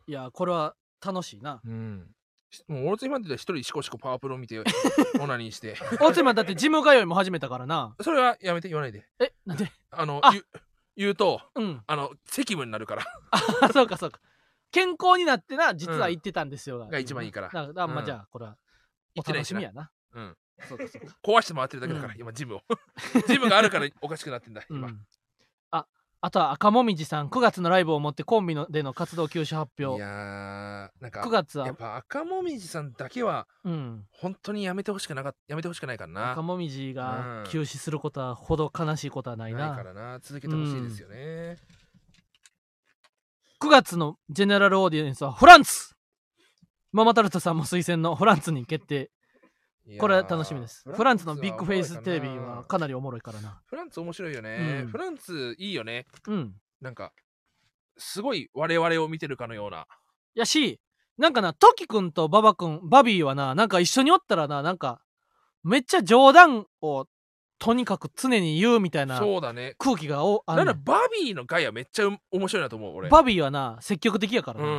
いやこれは楽しいな。 うんもう大津今で一人シコシコパワープロ見てオナニーして大津今だってジム通いも始めたからな。 それはやめて言わないで。 えなんであの言う言うと、うん、あの責務になるからあそうかそうか健康になってな実は言ってたんですよ、 うん、が一番いいからだからまあじゃあこれはお楽しみやな。 うんそうかそうか壊して回ってるだけだから、うん、今ジムをジムがあるからおかしくなってんだ今、うん、 ああとは赤もみじさんくがつのライブをもってコンビのでの活動休止発表。 いやーなんかくがつはやっぱ赤もみじさんだけは、うん、本当にやめてほしくなかったやめてほしくないからな。 赤もみじが休止することはほど悲しいことはないな、 ないからな続けてほしいですよね、うん、 くがつのジェネラルオーディエンスはフランツママタルトさんも推薦のフランツに決定。これは楽しみです。フランツのビッグフェイステレビはかなりおもろいからな。 フランツ面白いよね、うん、フランツいいよね。 うんなんかすごい我々を見てるかのようなやし、なんかなトキくんとババくんバビーはななんか一緒におったらななんかめっちゃ冗談をとにかく常に言うみたいな空気がおある、ね、なんだバビーのガイはめっちゃ面白いなと思う俺。 バビーはな積極的やからな、うんうん、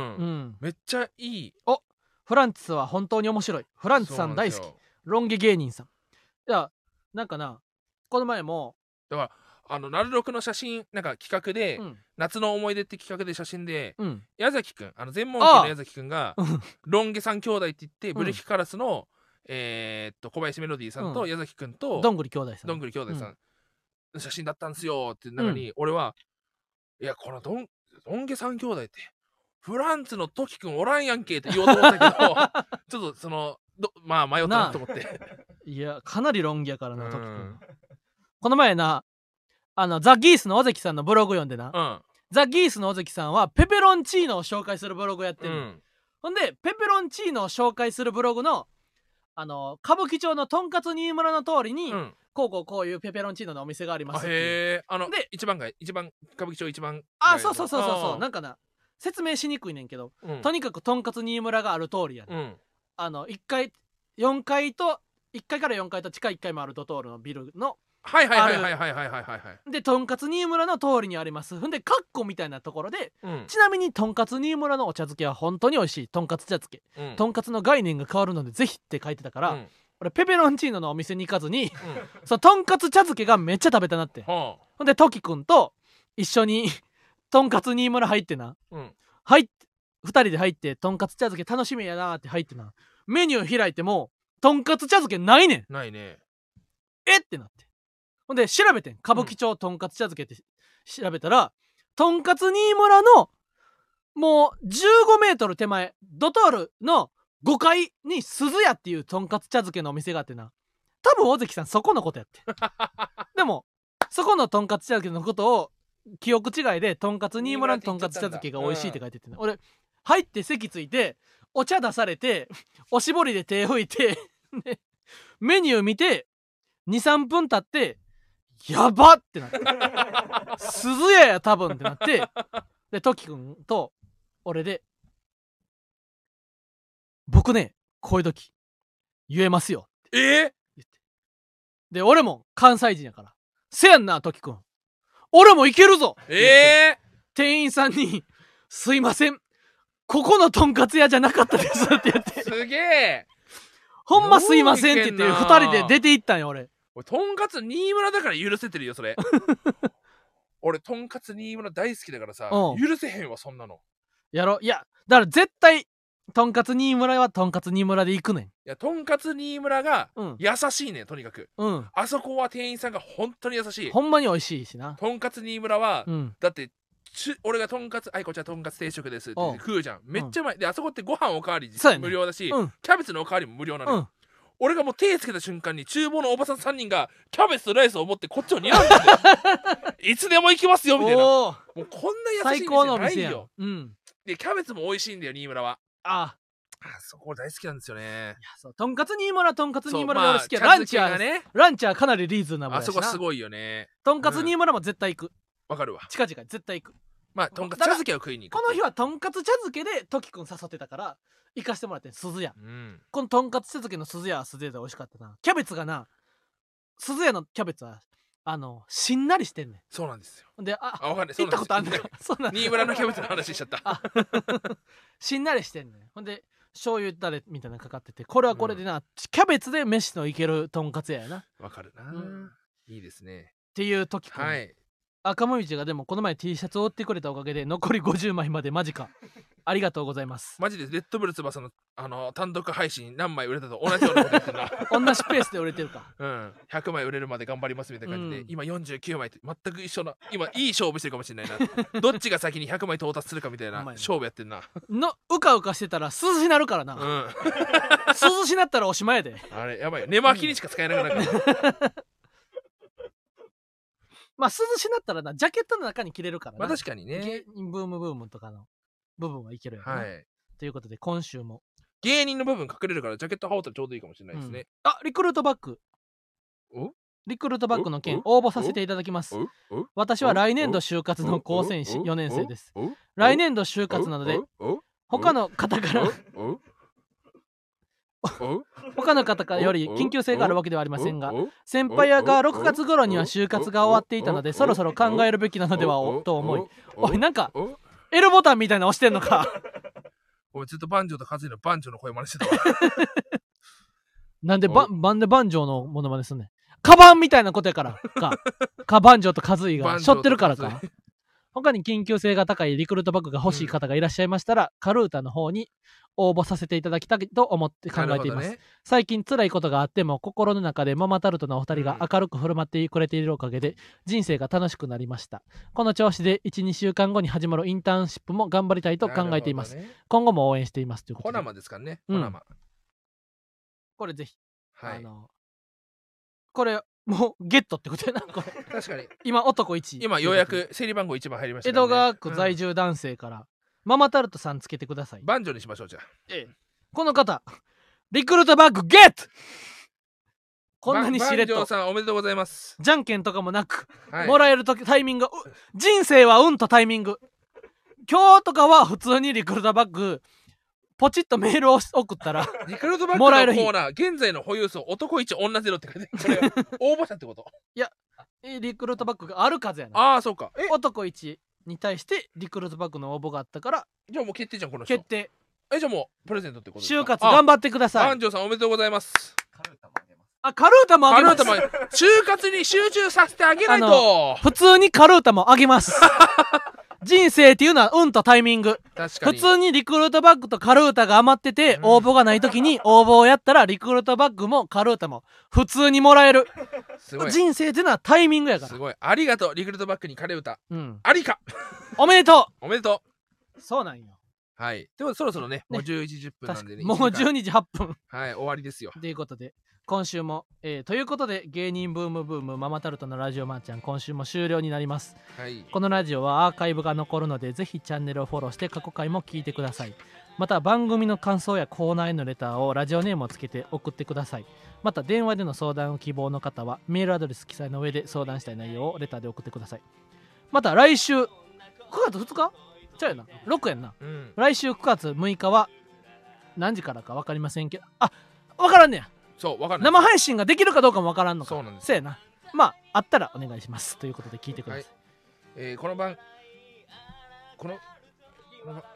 めっちゃいい。 おフランツは本当に面白い。フランツさん大好き。ロン毛芸人さん。いやなんかなこの前もだからあのナルロクの写真なんか企画で、うん、夏の思い出って企画で写真で、うん、矢崎くんあの全問記の矢崎くんがロン毛三兄弟って言って、うん、ブレキカラスのえー、っと小林メロディーさんと矢崎くんとどんぐり兄弟さんどんぐり兄弟さんの写真だったんですよって中に、俺はいやこのどんロン毛三兄弟ってフランツのトキくんおらんやんけって言おうと思ったけどちょっとそのどまあ迷ったなと思っていやかなりロン毛やからなトキくん。この前なあのザ・ギースの尾関さんのブログ読んでな、うん、ザ・ギースの尾関さんはペペロンチーノを紹介するブログやってる、うん、ほんでペペロンチーノを紹介するブログのあの歌舞伎町のとんかつ新村の通りに、うん、こうこうこういうペペロンチーノのお店がありますっていう。 へえあので一番街一番歌舞伎町一番あそうそうそうそうそうなんかな説明しにくいねんけど、うん、とにかくとんかつ新村がある通りやね、うん、あのいっかいよんかいといっかいからよんかいと地下いっかいもあるドトールのビルのはいはいはいはいはいはいはいはいでとんかつ新村の通りにあります。ほんでカッコみたいなところで、うん、ちなみにとんかつ新村のお茶漬けは本当に美味しいとんかつ茶漬け、うん、とんかつの概念が変わるのでぜひって書いてたから、うん、俺ペペロンチーノのお店に行かずに、うん、そのとんかつ茶漬けがめっちゃ食べたなって、うん、ほんでトキくんと一緒にとんかつ新村入ってな、うん、入ってふたりで入ってとんかつ茶漬け楽しみやなって入ってなメニュー開いてもとんかつ茶漬けないねん。ないね。 えってなってほんで調べてん歌舞伎町とんかつ茶漬けって調べたら、うん、とんかつ新村のもうじゅうごメートル手前ドトールのごかいに鈴屋っていうとんかつ茶漬けのお店があってな多分尾関さんそこのことやってでもそこのとんかつ茶漬けのことを記憶違いでとんかつ新村のとんかつ茶漬けが美味しいって書いてて、うん、俺入って席ついてお茶出されておしぼりで手拭いてでメニュー見て にさんぷん経ってやばってなって鈴屋や多分ってなってでトキくんと俺で僕ねこういう時言えますよって言って、 えー、で俺も関西人やからせやんなトキくん俺もいけるぞえー、 店員さんにすいませんここのとんかつ屋じゃなかったですって言ってすげえほんますいませんって言ってふたりで出て行ったんよ俺。 俺とんかつ新村だから許せてるよそれ俺とんかつ新村大好きだからさ、うん、許せへんわそんなのやろいやだから絶対とんかつ新村はとんかつ新村で行くねん。いやとんかつ新村が優しいねんとにかく、うん、あそこは店員さんが本当に優しい。 ほんまに美味しいしなとんかつ新村は、うん、だって俺がとんかつ、はいこちらとんかつ定食ですって食うじゃん。めっちゃうまい、うん、であそこってご飯おかわり無料だし、うん、キャベツのおかわりも無料なのよ、うん、俺がもう手つけた瞬間に厨房のおばさんさんにんがキャベツとライスを持ってこっちを睨んでんだよいつでも行きますよみたいな。もうこんな優しい店ないよ、うん、でキャベツも美味しいんだよ新村は。あああそこ大好きなんですよね。いやそうとんかつ新村とんかつ新村が俺好きや、まあ、ランチはねランチはかなりリーズナブルやしな。 あそこすごいよね。 とんかつ新村も絶対行くわ、うん、かるわ近々絶対行く。 まあとんかつ茶漬けを食いに行く。 この日はとんかつ茶漬けでトキくん誘ってたから行かしてもらってん鈴屋、うん、このとんかつ茶漬けの鈴屋は鈴屋で美味しかったな。キャベツがな鈴屋のキャベツはあのしんなりしてんねん。 そうなんですよ。 で、あ、 あ、わかんない。 行ったことあんのか。そうなん新村のキャベツの話しちゃった。 しんなりしてんねん。ほんで醤油だれみたいなのかかってて、これはこれでな、うん、キャベツで飯のいけるとんかつやな。 わかるな、うん、いいですねっていう時か、 はい。 赤もみじがでもこの前 T シャツを売ってくれたおかげで残りごじゅうまいまでマジかありがとうございます。 マジでレッドブル翼のあの単独配信何枚売れたと同じようなこと言ってるな同じペースで売れてるか。 うんひゃくまい売れるまで頑張りますみたいな感じで、うん、今よんじゅうきゅうまいって全く一緒な、今いい勝負してるかもしれないなどっちが先にひゃくまい到達するかみたいな勝負やってんなのうかうかしてたら涼しなるからな、うん、涼しなったらおしまいであれやばい、寝巻きにしか使えなくなるからまあ涼しなったらなジャケットの中に着れるからな。 まあ確かにね、 芸人ブームブームとかの部分はいけるよね、 はい、 ということで今週も芸人の部分隠れるからジャケット羽織ったらちょうどいいかもしれないですね、 うん、あリクルートバッグおリクルートバッグの件応募させていただきます。私は来年度就活の高専士よねん生です。来年度就活なので他の方から他の方からより緊急性があるわけではありませんが、先輩がろくがつ頃には就活が終わっていたのでそろそろ考えるべきなのではと思い、おいなんか L ボタンみたいなの押してんのかおいずっとバンジョーとカズイのバンジョーの声真似してたわなんでバンでバンジョーのモノマネすんねん。カバンみたいなことやからかカバンジョーとカズイが背負ってるからか。他に緊急性が高いリクルートバッグが欲しい方がいらっしゃいましたら、うん、カルータの方に応募させていただきたいと思って考えています、ね、最近辛いことがあっても心の中でママタルトのお二人が明るく振る舞ってくれているおかげで人生が楽しくなりました。この調子で いちにしゅうかんごに始まるインターンシップも頑張りたいと考えています、ね、今後も応援していますということで。 ホナマですからね、ホナマ、うん、 これぜひ、 はい、 あのこれもうゲットってことやなこれ確かに今男いち今ようやく整理番号いちばん入りましたから、ね、江戸川区在住男性から、うん、ママタルトさんつけてください。 バンジョーにしましょう。じゃあ、 ええ、この方リクルートバッグゲット。こんなにしれっとバンジョーさんおめでとうございます。 じゃんけんとかもなく、はい、もらえるとタイミング、人生は運とタイミング。今日とかは普通にリクルートバッグポチッとメールを送ったらリクルートバッグのコーナー現在の保有層男いち女ゼロって書いてこれ応募者ってこと？ いやリクルートバッグがある数やな。 ああそうか。 え男いちに対してリクルートバッグの応募があったから、 じゃあもう決定じゃんこの人。 決定。 えじゃあもうプレゼントってことですか？ 就活頑張ってください。 バンジョーさんおめでとうございます。 あカルータもあげます。 就活に集中させてあげないと。 普通にカルータもあげます人生っていうのは運とタイミング。 確かに普通にリクルートバッグとカルータが余ってて、うん、応募がない時に応募をやったらリクルートバッグもカルータも普通にもらえる。すごい人生っていうのはタイミングやから。 すごいありがとうリクルートバッグにカルータ、 うん、 ありかおめでとうおめでとう。そうなんよ。 はいでもそろそろ ね, ねもうじゅういちじじゅっぷんなんでねもうじゅうにじはっぷんはい終わりですよということで今週も、えー、ということで芸人ブームブームママタルトのラジオマーちゃん今週も終了になります、 はい、 このラジオはアーカイブが残るのでぜひチャンネルをフォローして過去回も聞いてください。また番組の感想やコーナーへのレターをラジオネームをつけて送ってください。また電話での相談を希望の方はメールアドレス記載の上で相談したい内容をレターで送ってください。また来週くがつふつかちゃうやなろくやんな、うん、来週くがつむいかは何時からか分かりませんけどあ分からんねや。 そう分かんない生配信ができるかどうかも分からんのか。 そうなんです。 せやな。まああったらお願いしますということで聞いてください、はいえー、この番このこの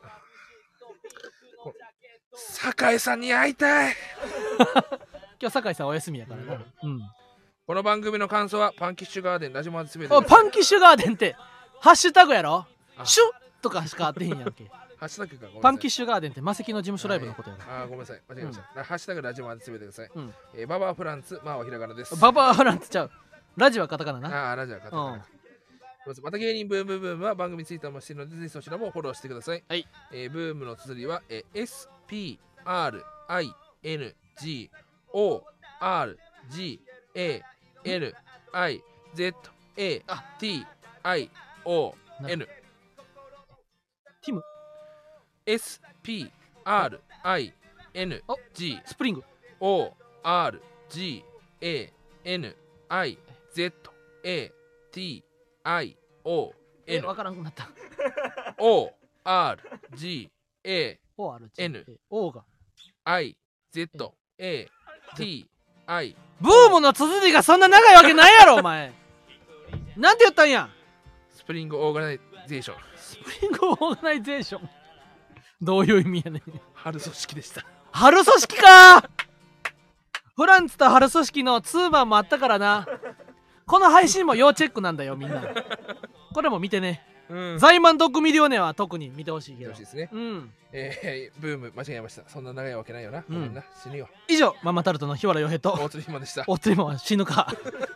酒井さんに会いたい今日酒井さんお休みやからな、うんうん、 この番組の感想はパンキッシュガーデンラジマーズすべてパンキッシュガーデンってハッシュタグやろ。シュッとかしか当てへんやんけハッシュタグかパンキッシュガーデンってマセキの事務所ライブのことやな、 はい、あごめんなさい間違えました、うん、ハッシュタグラジマーズすべてください、うんえー、ババアフランツマーはひらがなです。 ババアフランツちゃうラジはカタカナな。 ああラジはカタカナ、うん、また芸人ブームブームは番組ツイッターもしているのでぜひそちらもフォローしてください、 はいえー、ブームの綴りは、えー、エスピーアールアイエヌジーオーアールジーエーエヌアイゼットエーティーアイオーエヌティムエスピーアールアイエヌジースプリングオーアールジーエーエヌアイゼットエーティーアイオーエヌわからんくなったオーアールジーエーエヌ O がアイゼットエーティーアイブームの綴りがそんな長いわけないやろお前なんて言ったんや。 スプリングオーガナイゼーション。 スプリングオーガナイゼーションどういう意味やねん。 春組織でした。 春組織か。フランツと春組織のツーマンもあったからな。この配信も要チェックなんだよみんな。これも見てね。うん、ザイマンドッグミリオネアは特に見てほしいけど。 見てほしいですね。 うん。 えー、ブーム間違えました。そんな長いわけないよな。ごめんな、死ぬよ。 以上、ママタルトの日原洋平と大鶴ひまでした。 大鶴ひまは死ぬか。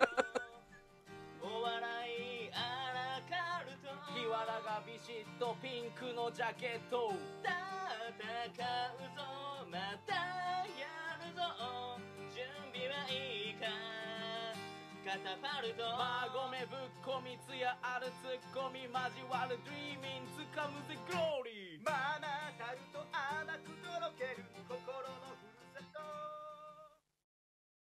ピンクのジャケット戦うぞまたやるぞ準備はいいかカタパルト馬込ぶっこみつやあるツッコミ交わるドリーミンつかむぜグローリーママタルト甘くとろける心の